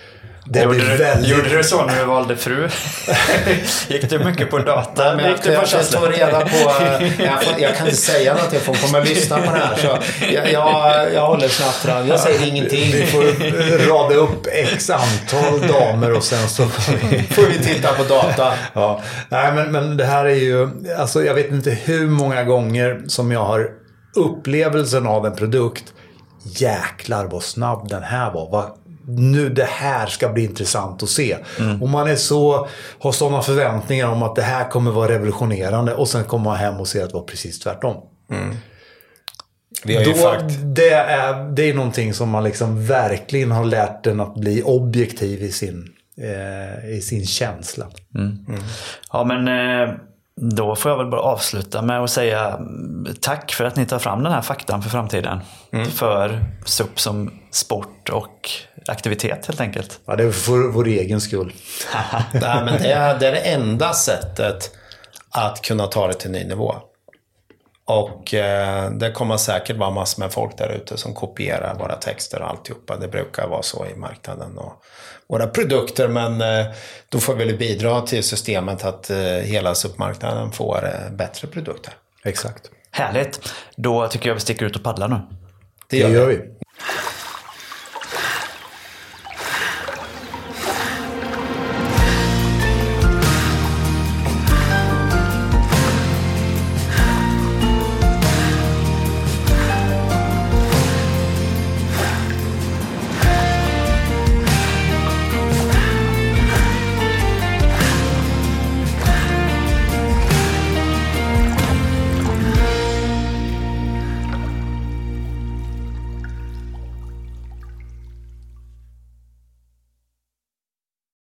Gjorde du så när du valde fru? Gick du mycket på data? Nej, men jag tar reda på... Jag kan inte säga något, jag får komma och lyssna på det här. Så jag håller snabbt fram. Jag säger ingenting. Vi får rada upp x antal damer och sen så får vi titta på data. Ja. Nej, men det här är ju... Alltså, jag vet inte hur många gånger som jag har upplevelsen av en produkt. Jäklar vad snabb den här var. Nu det här ska bli intressant att se. Och man är har sådana förväntningar om att det här kommer vara revolutionerande och sen kommer man hem och se att det var precis tvärtom. Vi har ju det är någonting som man liksom verkligen har lärt den att bli objektiv i sin känsla. Ja, men då får jag väl bara avsluta med att säga tack för att ni tar fram den här faktan för framtiden. För SUP som sport och aktivitet helt enkelt. Ja, det är för vår egen skull. Nej, men det är det enda sättet att kunna ta det till ny nivå. Och det kommer säkert vara massor med folk där ute som kopierar våra texter och alltihopa. Det brukar vara så i marknaden och våra produkter, men då får vi bidra till systemet att hela SUP-marknaden får bättre produkter. Exakt. Härligt. Då tycker jag vi sticker ut och paddlar nu. Det gör vi.